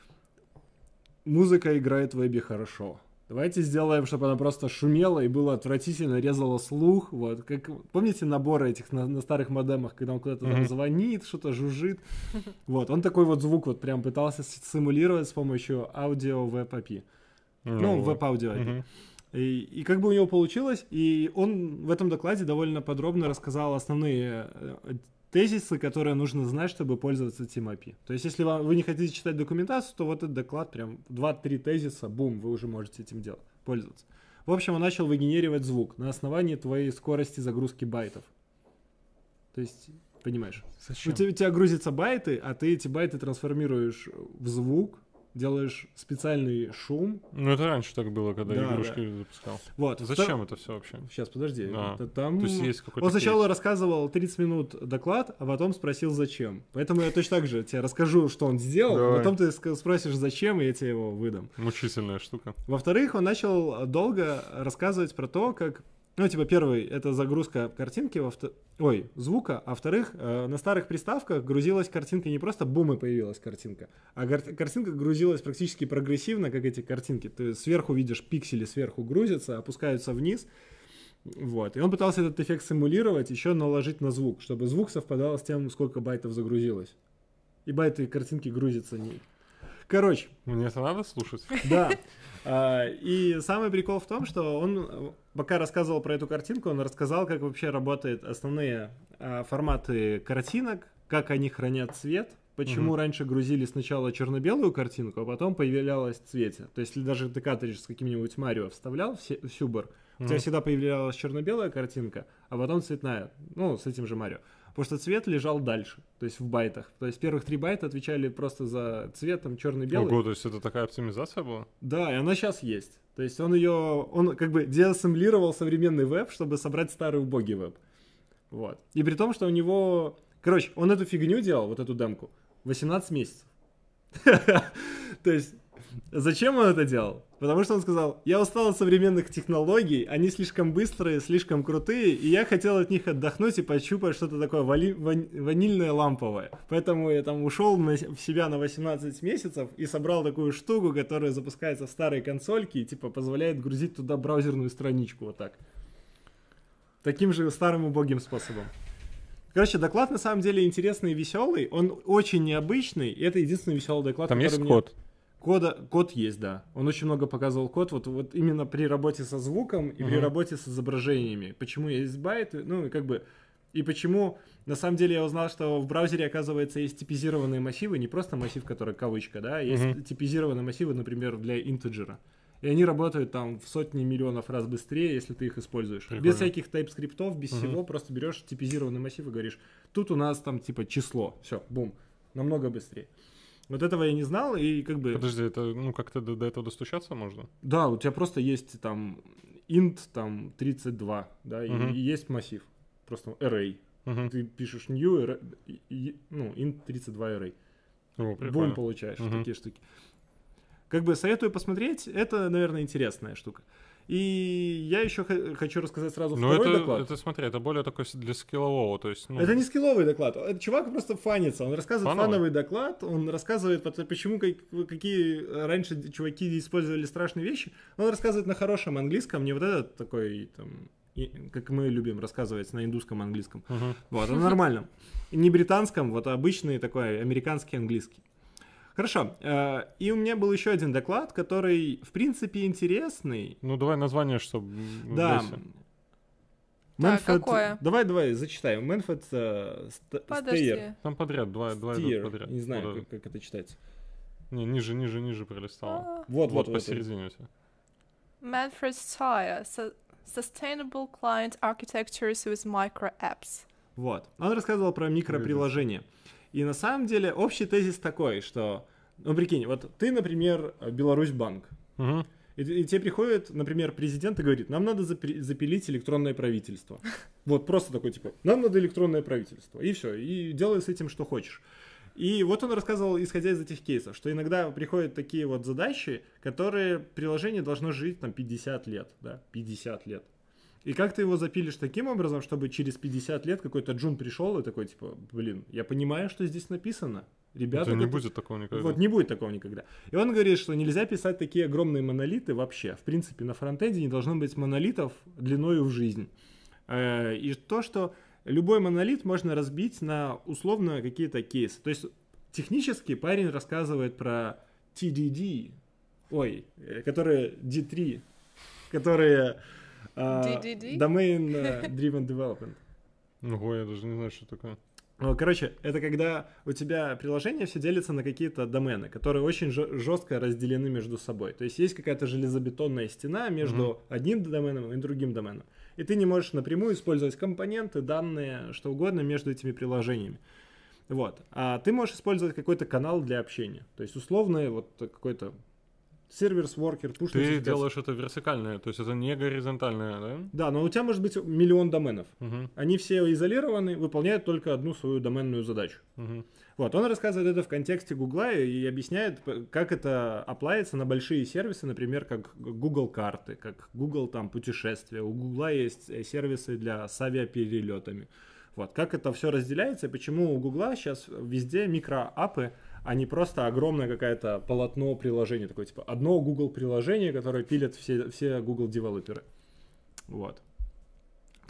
B: музыка играет в вебе хорошо. Давайте сделаем, чтобы она просто шумела и было отвратительно, резала слух. Вот, как, помните наборы этих на, на старых модемах, когда он куда-то там
A: Мгм.
B: звонит, что-то жужжит? Вот, он такой вот звук вот прям пытался с- симулировать с помощью аудио веб эй пи ай. Ну,
A: вот.
B: веб-аудио эй пи ай.
A: Мгм.
B: И, и как бы у него получилось, и он в этом докладе довольно подробно рассказал основные э, тезисы, которые нужно знать, чтобы пользоваться этим эй пи ай. То есть, если вам, вы не хотите читать документацию, то вот этот доклад, прям два-три тезиса, бум, вы уже можете этим делать, пользоваться. В общем, он начал выгенерировать звук на основании твоей скорости загрузки байтов. То есть, понимаешь, у
A: Зачем?
B: тебя, у тебя грузятся байты, а ты эти байты трансформируешь в звук, делаешь специальный шум.
A: Ну, это раньше так было, когда
B: Да,
A: игрушки запускал.
B: Вот.
A: Зачем это все вообще?
B: Сейчас, подожди.
A: А,
B: это там...
A: То есть есть какой-то
B: Он сначала
A: кейс?
B: рассказывал тридцать минут доклад, а потом спросил, зачем. Поэтому я точно так же тебе расскажу, что он сделал, а
A: Давай.
B: потом ты ск- спросишь, зачем, и я тебе его выдам.
A: Мучительная штука.
B: Во-вторых, он начал долго рассказывать про то, как... Ну, типа, первый — это загрузка картинки, во вто- ой, звука, а во-вторых, э, на старых приставках грузилась картинка не просто бум и появилась картинка, а гар- картинка грузилась практически прогрессивно, как эти картинки. Ты сверху видишь пиксели, сверху грузятся, опускаются вниз, Вот. И он пытался этот эффект симулировать, еще наложить на звук, чтобы звук совпадал с тем, сколько байтов загрузилось. И байты картинки грузятся не. Короче.
A: Мне это надо слушать?
B: Да. И самый прикол в том, что он, пока рассказывал про эту картинку, он рассказал, как вообще работают основные форматы картинок, как они хранят цвет, почему угу. раньше грузили сначала черно-белую картинку, а потом появлялась в цвете. То есть, если даже ты картридж с каким-нибудь Марио вставлял в Сюбер, у тебя всегда появлялась черно-белая картинка, а потом цветная, ну, с этим же Марио. Потому что цвет лежал дальше, то есть в байтах. То есть первых три байта отвечали просто за цвет, там, черный-белый.
A: Ого, то есть это такая оптимизация была?
B: Да, и она сейчас есть. То есть он ее, он как бы деассемблировал современный веб, чтобы собрать старый убогий веб. Вот. И при том, что у него... Короче, он эту фигню делал, вот эту демку, восемнадцать месяцев. То есть... Зачем он это делал? Потому что он сказал, я устал от современных технологий, они слишком быстрые, слишком крутые, и я хотел от них отдохнуть и пощупать что-то такое вали- ван- ванильное, ламповое. Поэтому я там ушел на, в себя на восемнадцать месяцев и собрал такую штуку, которая запускается в старой консольке и типа позволяет грузить туда браузерную страничку вот так. Таким же старым убогим способом. Короче, доклад на самом деле интересный и веселый, он очень необычный, и это единственный веселый доклад,
A: там
B: который
A: есть
B: мне...
A: код?
B: Кода, код есть, да. Он очень много показывал код, вот, вот именно при работе со звуком и uh-huh. при работе с изображениями. Почему есть байты, ну и как бы, и почему, на самом деле я узнал, что в браузере, оказывается, есть типизированные массивы, не просто массив, который кавычка, да, есть uh-huh. типизированные массивы, например, для интеджера. И они работают там в сотни миллионов раз быстрее, если ты их используешь. Прикольно. Без всяких тайп-скриптов, без uh-huh. всего, просто берешь типизированный массив и говоришь, тут у нас там типа число, все, бум, намного быстрее. Вот этого я не знал, и как бы...
A: Подожди, это, ну, как-то до, до этого достучаться можно?
B: Да, у тебя просто есть там int там тридцать два, да, uh-huh. и, и есть массив, просто array. Uh-huh. Ты пишешь new, array, и, и, ну, int тридцать два array.
A: О,
B: бум, получаешь, uh-huh. такие штуки. Как бы советую посмотреть, это, наверное, интересная штука. И я еще х- хочу рассказать сразу
A: ну
B: второй
A: это,
B: доклад.
A: это, смотри, это более такой для скиллового, то есть... Ну...
B: Это не скилловый доклад, этот чувак просто фанится, он рассказывает
A: Фановый?
B: фановый доклад, он рассказывает, почему, как, какие раньше чуваки использовали страшные вещи, он рассказывает на хорошем английском, не вот этот такой, там, и, как мы любим рассказывать на индусском английском, uh-huh. вот, а на нормальном, не британском, вот обычный такой американский английский. Хорошо. И у меня был еще один доклад, который, в принципе, интересный.
A: Ну, давай название, чтобы...
B: Да.
C: Так, какое?
B: Давай, давай, зачитаем. Manfred uh,
C: Подожди.
A: Там подряд, два, два идут подряд.
B: Не знаю, как, как это читается.
A: Не, ниже, ниже, ниже пролистал.
C: А.
B: Вот, вот,
A: вот,
B: вот.
A: посередине у тебя.
C: Manfred Steyer. Sustainable Client Architectures with Micro Apps.
B: Вот. Он рассказывал про микроприложения. И на самом деле общий тезис такой, что, ну прикинь, вот ты, например, Беларусьбанк,
A: угу.
B: и, и тебе приходит, например, президент и говорит, нам надо запи- запилить электронное правительство. Вот просто такой типа, нам надо электронное правительство. И все, и делай с этим что хочешь. И вот он рассказывал, исходя из этих кейсов, что иногда приходят такие вот задачи, которые приложение должно жить там пятьдесят лет, да, пятьдесят лет. И как ты его запилишь таким образом, чтобы через пятьдесят лет какой-то джун пришел и такой, типа, блин, я понимаю, что здесь написано. Ребята,
A: это не
B: это...
A: будет такого никогда.
B: Вот не будет такого никогда. И он говорит, что нельзя писать такие огромные монолиты вообще. В принципе, на фронтенде не должно быть монолитов длиною в жизнь. И то, что любой монолит можно разбить на условно какие-то кейсы. То есть технически парень рассказывает про ти ди ди, ой, которые ди три, которые... Uh, Domain uh, Driven Development.
A: Ого, я даже не знаю, что такое.
B: Короче, это когда у тебя приложение все делится на какие-то домены, которые очень жестко разделены между собой. То есть есть какая-то железобетонная стена между mm-hmm. одним доменом и другим доменом. И ты не можешь напрямую использовать компоненты, данные, что угодно между этими приложениями. Вот. А ты можешь использовать какой-то канал для общения. То есть условно вот какой-то сервис-воркер, пуш.
A: Ты делаешь это вертикальное, то есть это не горизонтальное, да?
B: Да, но у тебя может быть миллион доменов.
A: Uh-huh.
B: Они все изолированы, выполняют только одну свою доменную задачу.
A: Uh-huh.
B: Вот, он рассказывает это в контексте Гугла и объясняет, как это аплается на большие сервисы, например, как Google карты, как Google там путешествия. У Гугла есть сервисы для с авиаперелетами. Вот, как это все разделяется и почему у Гугла сейчас везде микроапы, а не просто огромное какое-то полотно приложения, такое типа одно Google приложение, которое пилят все, все Google девелоперы. Вот.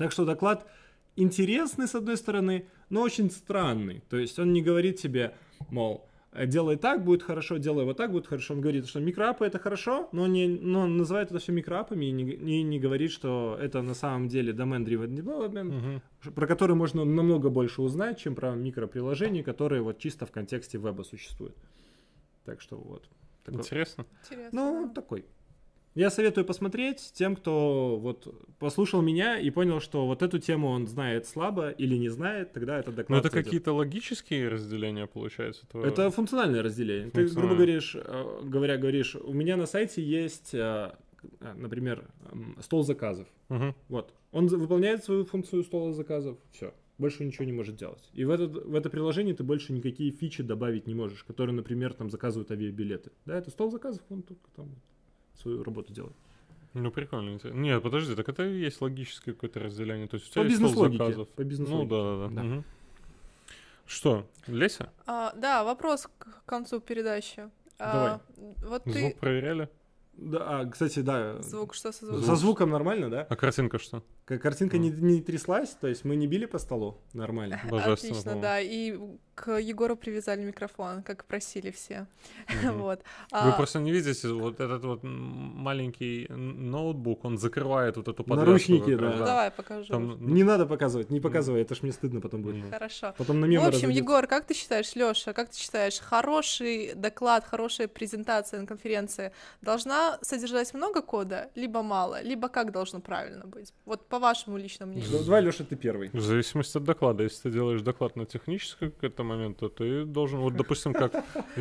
B: Так что доклад интересный, с одной стороны, но очень странный. То есть он не говорит тебе, мол, делай так, будет хорошо, делай вот так, будет хорошо. Он говорит, что микроапы это хорошо, но, не, но он называет это все микроапами и не, не, не говорит, что это на самом деле domain-driven development, угу. про который можно намного больше узнать, чем про микроприложения, которые вот чисто в контексте веба существуют. Так что вот.
A: Такой. Интересно.
C: Интересно.
B: Ну, такой. Я советую посмотреть тем, кто вот послушал меня и понял, что вот эту тему он знает слабо или не знает, тогда это доклад.
A: Но это
B: зайдет.
A: какие-то логические разделения, получается? Твое...
B: Это функциональное разделение. Ты, грубо говоришь, говоря, говоришь, у меня на сайте есть, например, стол заказов.
A: Угу.
B: Вот. Он выполняет свою функцию стола заказов, все. Больше ничего не может делать. И в это, в это приложение ты больше никакие фичи добавить не можешь, которые, например, там заказывают авиабилеты. Да, это стол заказов, он только там свою работу делает.
A: Ну, прикольно. Нет, подожди, так это и есть логическое какое-то разделение. То есть у тебя
B: по
A: есть стол
B: заказов. По бизнес-логике.
A: Ну, да, да, да.
B: да.
A: Угу. Что, Леся?
C: А, да, вопрос к концу передачи.
B: Давай.
C: А, вот
A: Звук
C: ты...
A: проверяли?
B: Да, а, кстати, да.
C: Звук, что со звуком?
B: Со звуком нормально, да?
A: А картинка что?
B: Картинка mm. не, не тряслась, то есть мы не били по столу, нормально.
A: Божественно,
C: отлично, да. И к Егору привязали микрофон, как просили все.
A: Mm-hmm.
C: Вот.
A: Вы
C: а...
A: просто не видите, вот этот вот маленький ноутбук, он закрывает вот эту подвеску.
B: Наручники, да.
C: Ну, давай покажу.
B: Там... Не надо показывать, не показывай, mm. это ж мне стыдно потом будет.
C: Mm. Хорошо.
B: Потом на мемы
C: В общем,
B: разойдется.
C: Егор, как ты считаешь, Лёша, как ты считаешь, хороший доклад, хорошая презентация на конференции должна содержать много кода, либо мало, либо как должно правильно быть? Вот по вашему личному мнению.
B: Ну, давай, Лёша, ты первый.
A: В зависимости от доклада. Если ты делаешь доклад на технический какой-то момент, то ты должен, вот, допустим, как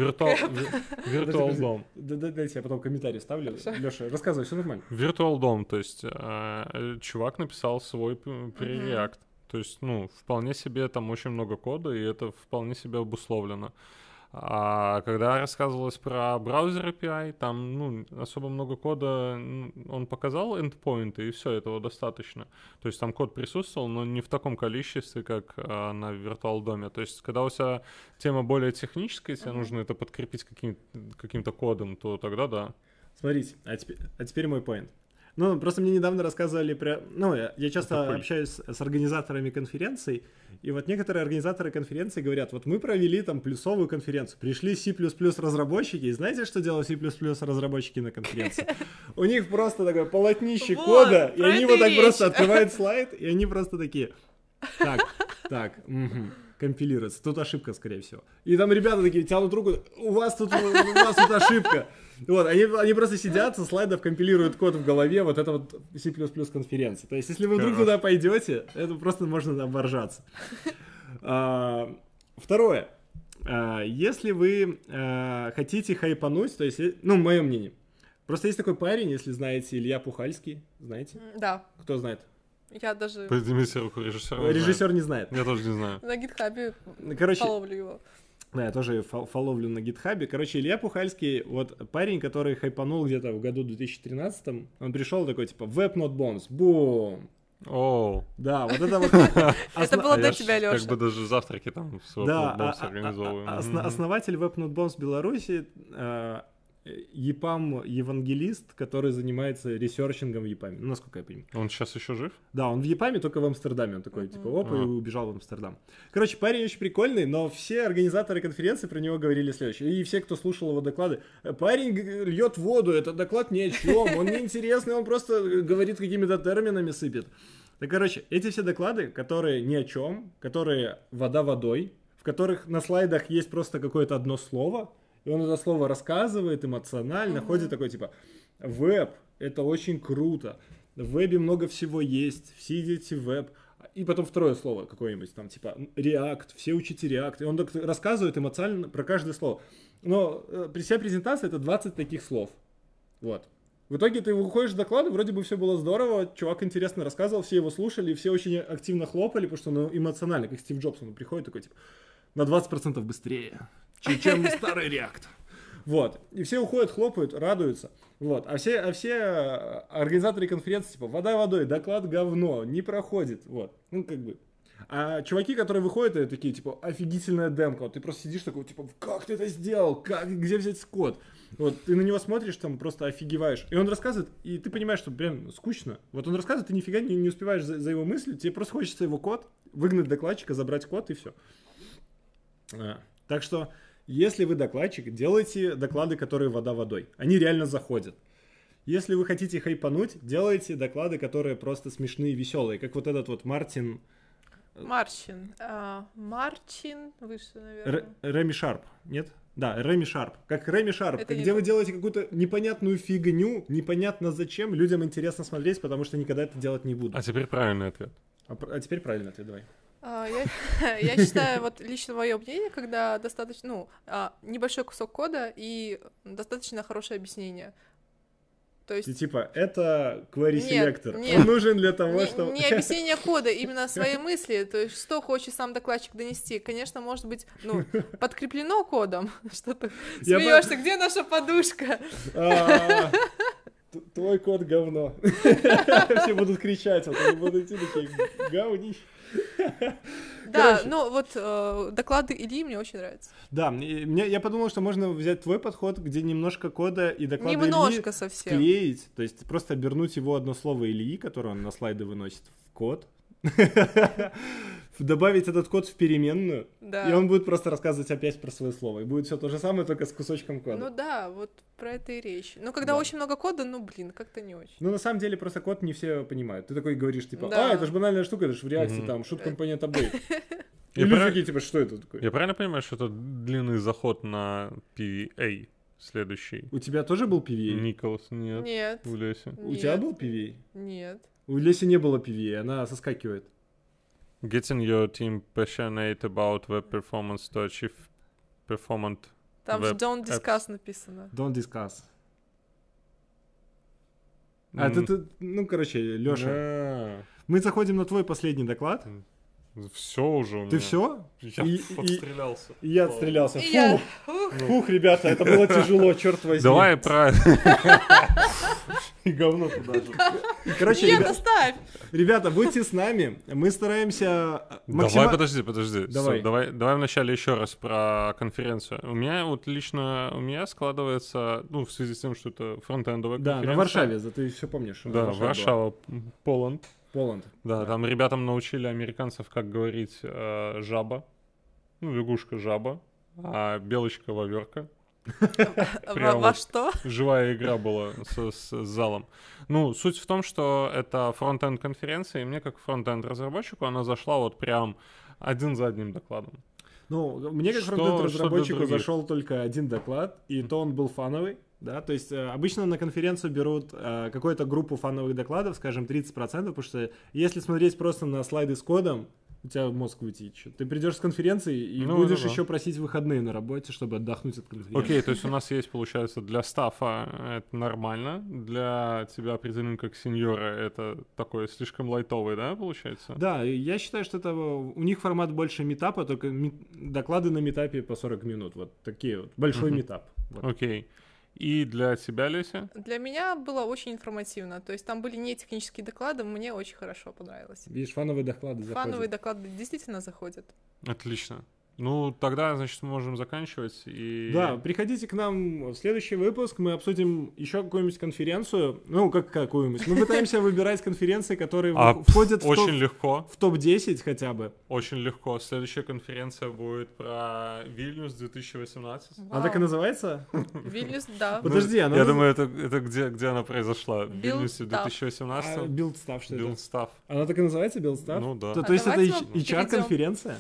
A: Virtual дом.
B: Дайте я потом комментарий ставлю. Лёша, рассказывай, все нормально.
A: Virtual дом, то есть чувак написал свой pre-React. То есть, ну, вполне себе там очень много кода, и это вполне себе обусловлено. А когда рассказывалось про браузер эй пи ай, там, ну, особо много кода, он показал эндпоинты, и все, этого достаточно. То есть там код присутствовал, но не в таком количестве, как а, на Virtual доме. То есть когда у тебя тема более техническая, тебе uh-huh. нужно это подкрепить каким- каким-то кодом, то тогда да.
B: Смотрите, а теперь, а теперь мой поинт. Ну, просто мне недавно рассказывали про... Ну, я, я часто Какой? общаюсь с организаторами конференций, и вот некоторые организаторы конференции говорят, вот мы провели там плюсовую конференцию, пришли C++ разработчики, и знаете, что делают C++ разработчики на конференции? У них просто такое полотнище кода, и они вот так просто открывают слайд, и они просто такие, так, так, компилируется, тут ошибка, скорее всего. И там ребята такие тянут руку, у вас тут, у вас тут ошибка. Вот, они, они просто сидят со слайдов, компилируют код в голове, вот это вот C++ конференция. То есть, если вы вдруг туда пойдете, это просто можно оборжаться. А, второе. А, если вы а, хотите хайпануть, то есть, ну, мое мнение. Просто есть такой парень, если знаете, Илья Пухальский, знаете?
C: Да.
B: Кто знает?
C: Я даже...
A: Поднимите руку, режиссер
B: не Режиссер не знает.
A: Я тоже не знаю.
C: На гитхабе
B: Короче,
C: фоловлю его.
B: Да, я тоже фоловлю на гитхабе. Короче, Илья Пухальский, вот парень, который хайпанул где-то в году две тысячи тринадцатом, он пришел такой, типа, Web Not Bombs, бум!
A: О,
B: да, вот это вот...
C: Это было до тебя, Лёша.
A: Как бы даже завтраки там с Web Not Bombs организовываем.
B: Основатель Web Not Bombs Беларуси, Епам Евангелист, который занимается ресерчингом в Епаме, ну, насколько я понимаю.
A: Он сейчас еще жив?
B: Да, он в Епаме, только в Амстердаме. Он такой, uh-huh. типа, оп, uh-huh. и убежал в Амстердам. Короче, парень очень прикольный, но все организаторы конференции про него говорили следующее. И все, кто слушал его доклады, парень льет воду, этот доклад ни о чем, он неинтересный, он просто говорит какими-то терминами сыпет. Так, короче, эти все доклады, которые ни о чем, которые вода водой, в которых на слайдах есть просто какое-то одно слово, и он это слово рассказывает эмоционально, uh-huh. ходит такой, типа, веб, это очень круто, в вебе много всего есть, все идите в веб. И потом второе слово какое-нибудь, там, типа, React, все учите React. И он так рассказывает эмоционально про каждое слово. Но э, при вся презентация это двадцать таких слов. Вот. В итоге ты выходишь с доклада, вроде бы все было здорово, чувак интересно рассказывал, все его слушали, все очень активно хлопали, потому что он эмоционально, как Стив Джобс, он приходит такой, типа, на двадцать процентов быстрее, чем старый React. Вот. И все уходят, хлопают, радуются. Вот. А все, а все организаторы конференции, типа, вода водой, доклад говно, не проходит. Вот. Ну, как бы. А чуваки, которые выходят, и такие, типа, офигительная демка. Вот ты просто сидишь такой, типа, как ты это сделал? Как, где взять код? Вот ты на него смотришь, там просто офигеваешь. И он рассказывает, и ты понимаешь, что прям скучно. Вот он рассказывает, ты нифига не, не успеваешь за, за его мыслью, тебе просто хочется его код, выгнать докладчика, забрать код и все. А, так что, если вы докладчик, делайте доклады, которые вода водой. Они реально заходят. Если вы хотите хайпануть, делайте доклады, которые просто смешные и веселые. Как вот этот вот Мартин...
C: Марчин. А, Марчин выше, наверное.
B: Реми Шарп, нет? Да, Реми Шарп. Как Реми Шарп,
C: Это
B: где
C: не
B: вы
C: то.
B: делаете какую-то непонятную фигню, непонятно зачем, людям интересно смотреть, потому что никогда это делать не будут.
A: А теперь правильный ответ.
B: А, пр- а теперь правильно ответ, давай.
C: А, Я, я считаю, вот лично мое мнение, когда достаточно, ну, а, небольшой кусок кода и достаточно хорошее объяснение. То есть
B: И типа, это query
C: Нет,
B: selector.
C: нет.
B: Он нужен для того,
C: не,
B: чтобы...
C: не объяснение кода, именно свои мысли, то есть что хочет сам докладчик донести. Конечно, может быть, ну, подкреплено кодом, что ты
B: Я бы-
C: смеешься, где наша подушка?
B: А, т- Твой код говно. Все будут кричать, вот они будут идти такие, говнище.
C: Да,
B: Короче.
C: ну вот э, доклады Ильи мне очень нравятся.
B: Да, и мне, я подумал, что можно взять твой подход, где немножко кода и доклады
C: Немножко
B: Ильи
C: совсем.
B: склеить, то есть просто обернуть его одно слово Ильи, которое он на слайды выносит, в код, добавить этот код в переменную,
C: Да.
B: и он будет просто рассказывать опять про свое слово. И будет все то же самое, только с кусочком кода.
C: Ну да, вот про это и речь. Но когда
B: Да.
C: очень много кода, ну блин, как-то не очень.
B: Ну, на самом деле, просто код не все понимают. Ты такой говоришь, типа,
C: Да.
B: а, это же банальная штука, это же в реакте,
A: Мгм.
B: там, shoot компонент update. И
A: Я
B: люди
A: прав-
B: такие, типа, что это такое?
A: Я правильно понимаю, что это длинный заход на пи ви эй следующий?
B: У тебя тоже был пи ви эй?
A: Николас, нет.
C: Нет.
A: В лесе.
B: У тебя
C: нет,
B: был пи ви эй?
C: Нет.
B: У Леси не было пи ви эй, она соскакивает.
A: Getting your team passionate about web performance to achieve performant.
C: Там же
A: Web
C: don't
A: apps.
C: discuss написано.
B: Don't discuss. А, ты, ты, ну, короче, Лёша, мы заходим на твой последний доклад.
A: Все уже у
B: Ты
A: меня.
B: все?
A: Я
B: И- и-
A: отстрелялся.
B: И я отстрелялся.
C: И
B: Фух,
C: я... Ух,
B: фух, ребята, это было тяжело, черт возьми.
A: Давай про...
B: И говно туда же. И, короче,
C: Нет,
B: ребя-
C: оставь!
B: ребята, будьте с нами. Мы стараемся
A: Давай,
B: максимально...
A: подожди, подожди.
B: Давай.
A: Всё, давай, давай вначале еще раз про конференцию. У меня вот лично, у меня складывается, ну, в связи с тем, что это фронтендовая
B: Да,
A: конференция.
B: на Варшаве, за ты все помнишь.
A: Да, Варшава, Поланд.
B: Поланд.
A: Да,
B: Да.
A: там ребятам научили американцев, как говорить э, жаба. Ну, лягушка жаба, а белочка воверка.
C: Во
A: Прям
C: во
A: вот.
C: что?
A: Живая игра была с, с залом. Ну, суть в том, что это фронт-энд конференция, и мне как фронт-энд разработчику она зашла вот прям один за одним докладом.
B: Ну, мне как
A: Что-
B: фронтенд-разработчику
A: что для других?
B: зашел только один доклад, и то он был фановый. Да, то есть э, обычно на конференцию берут э, какую-то группу фановых докладов, скажем, тридцать процентов, потому что если смотреть просто на слайды с кодом, у тебя мозг вытечет. Ты придешь с конференции и
A: Ну,
B: будешь
A: да, да.
B: еще просить выходные на работе, чтобы отдохнуть от конференции.
A: Окей, то есть у нас есть, получается, для стафа это нормально, для тебя определен как сеньора это такой слишком лайтовый, да, получается?
B: Да, и я считаю, что это у них формат больше метапа, только ми- доклады на метапе по сорок минут, вот такие вот, большой
A: Мгм.
B: метап. Вот.
A: Окей. И для тебя, Леся?
C: Для меня было очень информативно. То есть там были не технические доклады, мне очень хорошо понравилось.
B: Видишь, фановые доклады заходят.
C: Фановые доклады действительно заходят.
A: Отлично. Ну, тогда, значит, мы можем заканчивать. И...
B: Да, приходите к нам в следующий выпуск, мы обсудим еще какую-нибудь конференцию. Ну, как какую-нибудь. Мы пытаемся выбирать конференции, которые
A: А,
B: в- входят в
A: Очень
B: топ-
A: легко,
B: в топ десять хотя бы.
A: очень легко. Следующая конференция будет про Вильнюс две тысячи восемнадцать.
B: Она так и называется?
C: Вильнюс, да.
B: Подожди, она
A: Я
B: наз-
A: думаю, это, это где, где она произошла? В
C: Build
A: Вильнюсе в
C: Stuff.
A: две тысячи восемнадцатом?
B: А, Build Stuff, что
A: Build
B: это?
A: Stuff.
B: Она так и называется, Build Stuff?
A: Ну да.
B: То,
C: А
B: то есть это
C: давайте
B: эйч-
C: мы
B: эйч ар-конференция?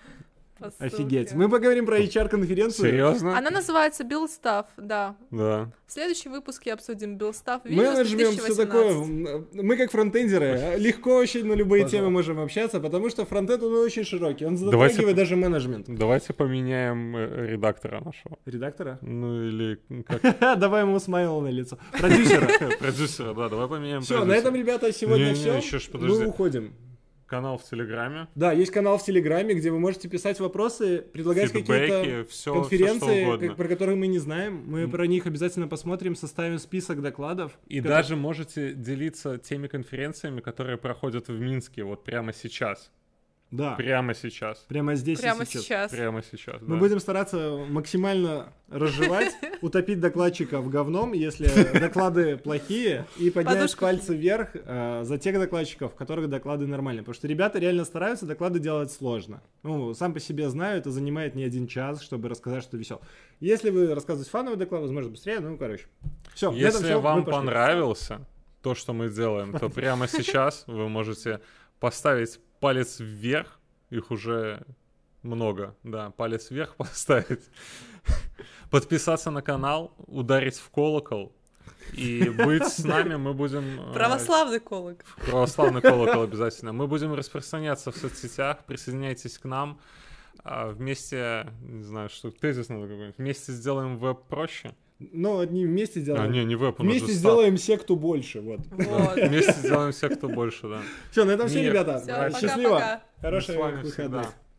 C: По ссылке.
B: Офигеть. Мы поговорим про эйч ар-конференцию.
A: Серьезно?
C: Она называется Build Stuff, да.
A: Да.
C: В следующем выпуске обсудим Build Stuff
B: Мы
C: Вильнюс
B: нажмем все
C: две тысячи восемнадцать.
B: такое. Мы как фронтендеры легко очень на любые
A: Пожалуйста.
B: темы можем общаться, потому что фронтенд он очень широкий. Он
A: Давайте
B: затрагивает даже менеджмент.
A: Давайте поменяем э, редактора нашего.
B: Редактора?
A: Ну или как
B: Давай ему смайл на лицо. Продюсера.
A: продюсера, да, давай поменяем
B: Все, на
A: продюсера.
B: этом, ребята, сегодня
A: Не-не,
B: все.
A: еще ж подожди.
B: Мы уходим.
A: Канал в Телеграме,
B: Да, есть канал в Телеграме, где вы можете писать вопросы, предлагать какие-то
A: фидбэки, все,
B: конференции,
A: что угодно.
B: как- про которые мы не знаем. Мы
A: М.
B: про них обязательно посмотрим, составим список докладов.
A: И
B: Ко-
A: даже можете делиться теми конференциями, которые проходят в Минске вот прямо сейчас.
B: Да.
A: Прямо сейчас.
B: Прямо здесь
C: Прямо
B: и сейчас.
C: сейчас.
A: Прямо сейчас,
B: Мы
A: да.
B: будем стараться максимально разжевать, утопить докладчиков говном, если доклады плохие, и поднять
C: Подушку.
B: пальцы вверх э, за тех докладчиков, у которых доклады нормальные. Потому что ребята реально стараются, доклады делать сложно. Ну, сам по себе знаю, это занимает не один час, чтобы рассказать что-то веселое. Если вы рассказываете фановый доклад, возможно, быстрее, ну, короче. Все,
A: Если вам понравился то, что мы делаем, то прямо сейчас вы можете поставить палец вверх, их уже много, да, палец вверх поставить, подписаться на канал, ударить в колокол и быть с нами, мы будем... э,
C: Православный колокол.
A: Православный колокол обязательно. Мы будем распространяться в соцсетях, присоединяйтесь к нам, а вместе, не знаю, что тезис надо какой-нибудь, вместе сделаем веб проще.
B: Ну, одни вместе
A: А,
B: сделаем.
A: не, не веб, у нас
B: Вместе
A: же стат.
B: сделаем секту больше, вот.
C: Вот.
A: Вместе сделаем все, кто больше, да.
B: Все, на этом все,
A: Мир.
B: ребята.
C: Всё,
B: Счастливо.
C: пока-пока.
B: Хороших
A: Мы с вами
B: выходных.
A: всегда.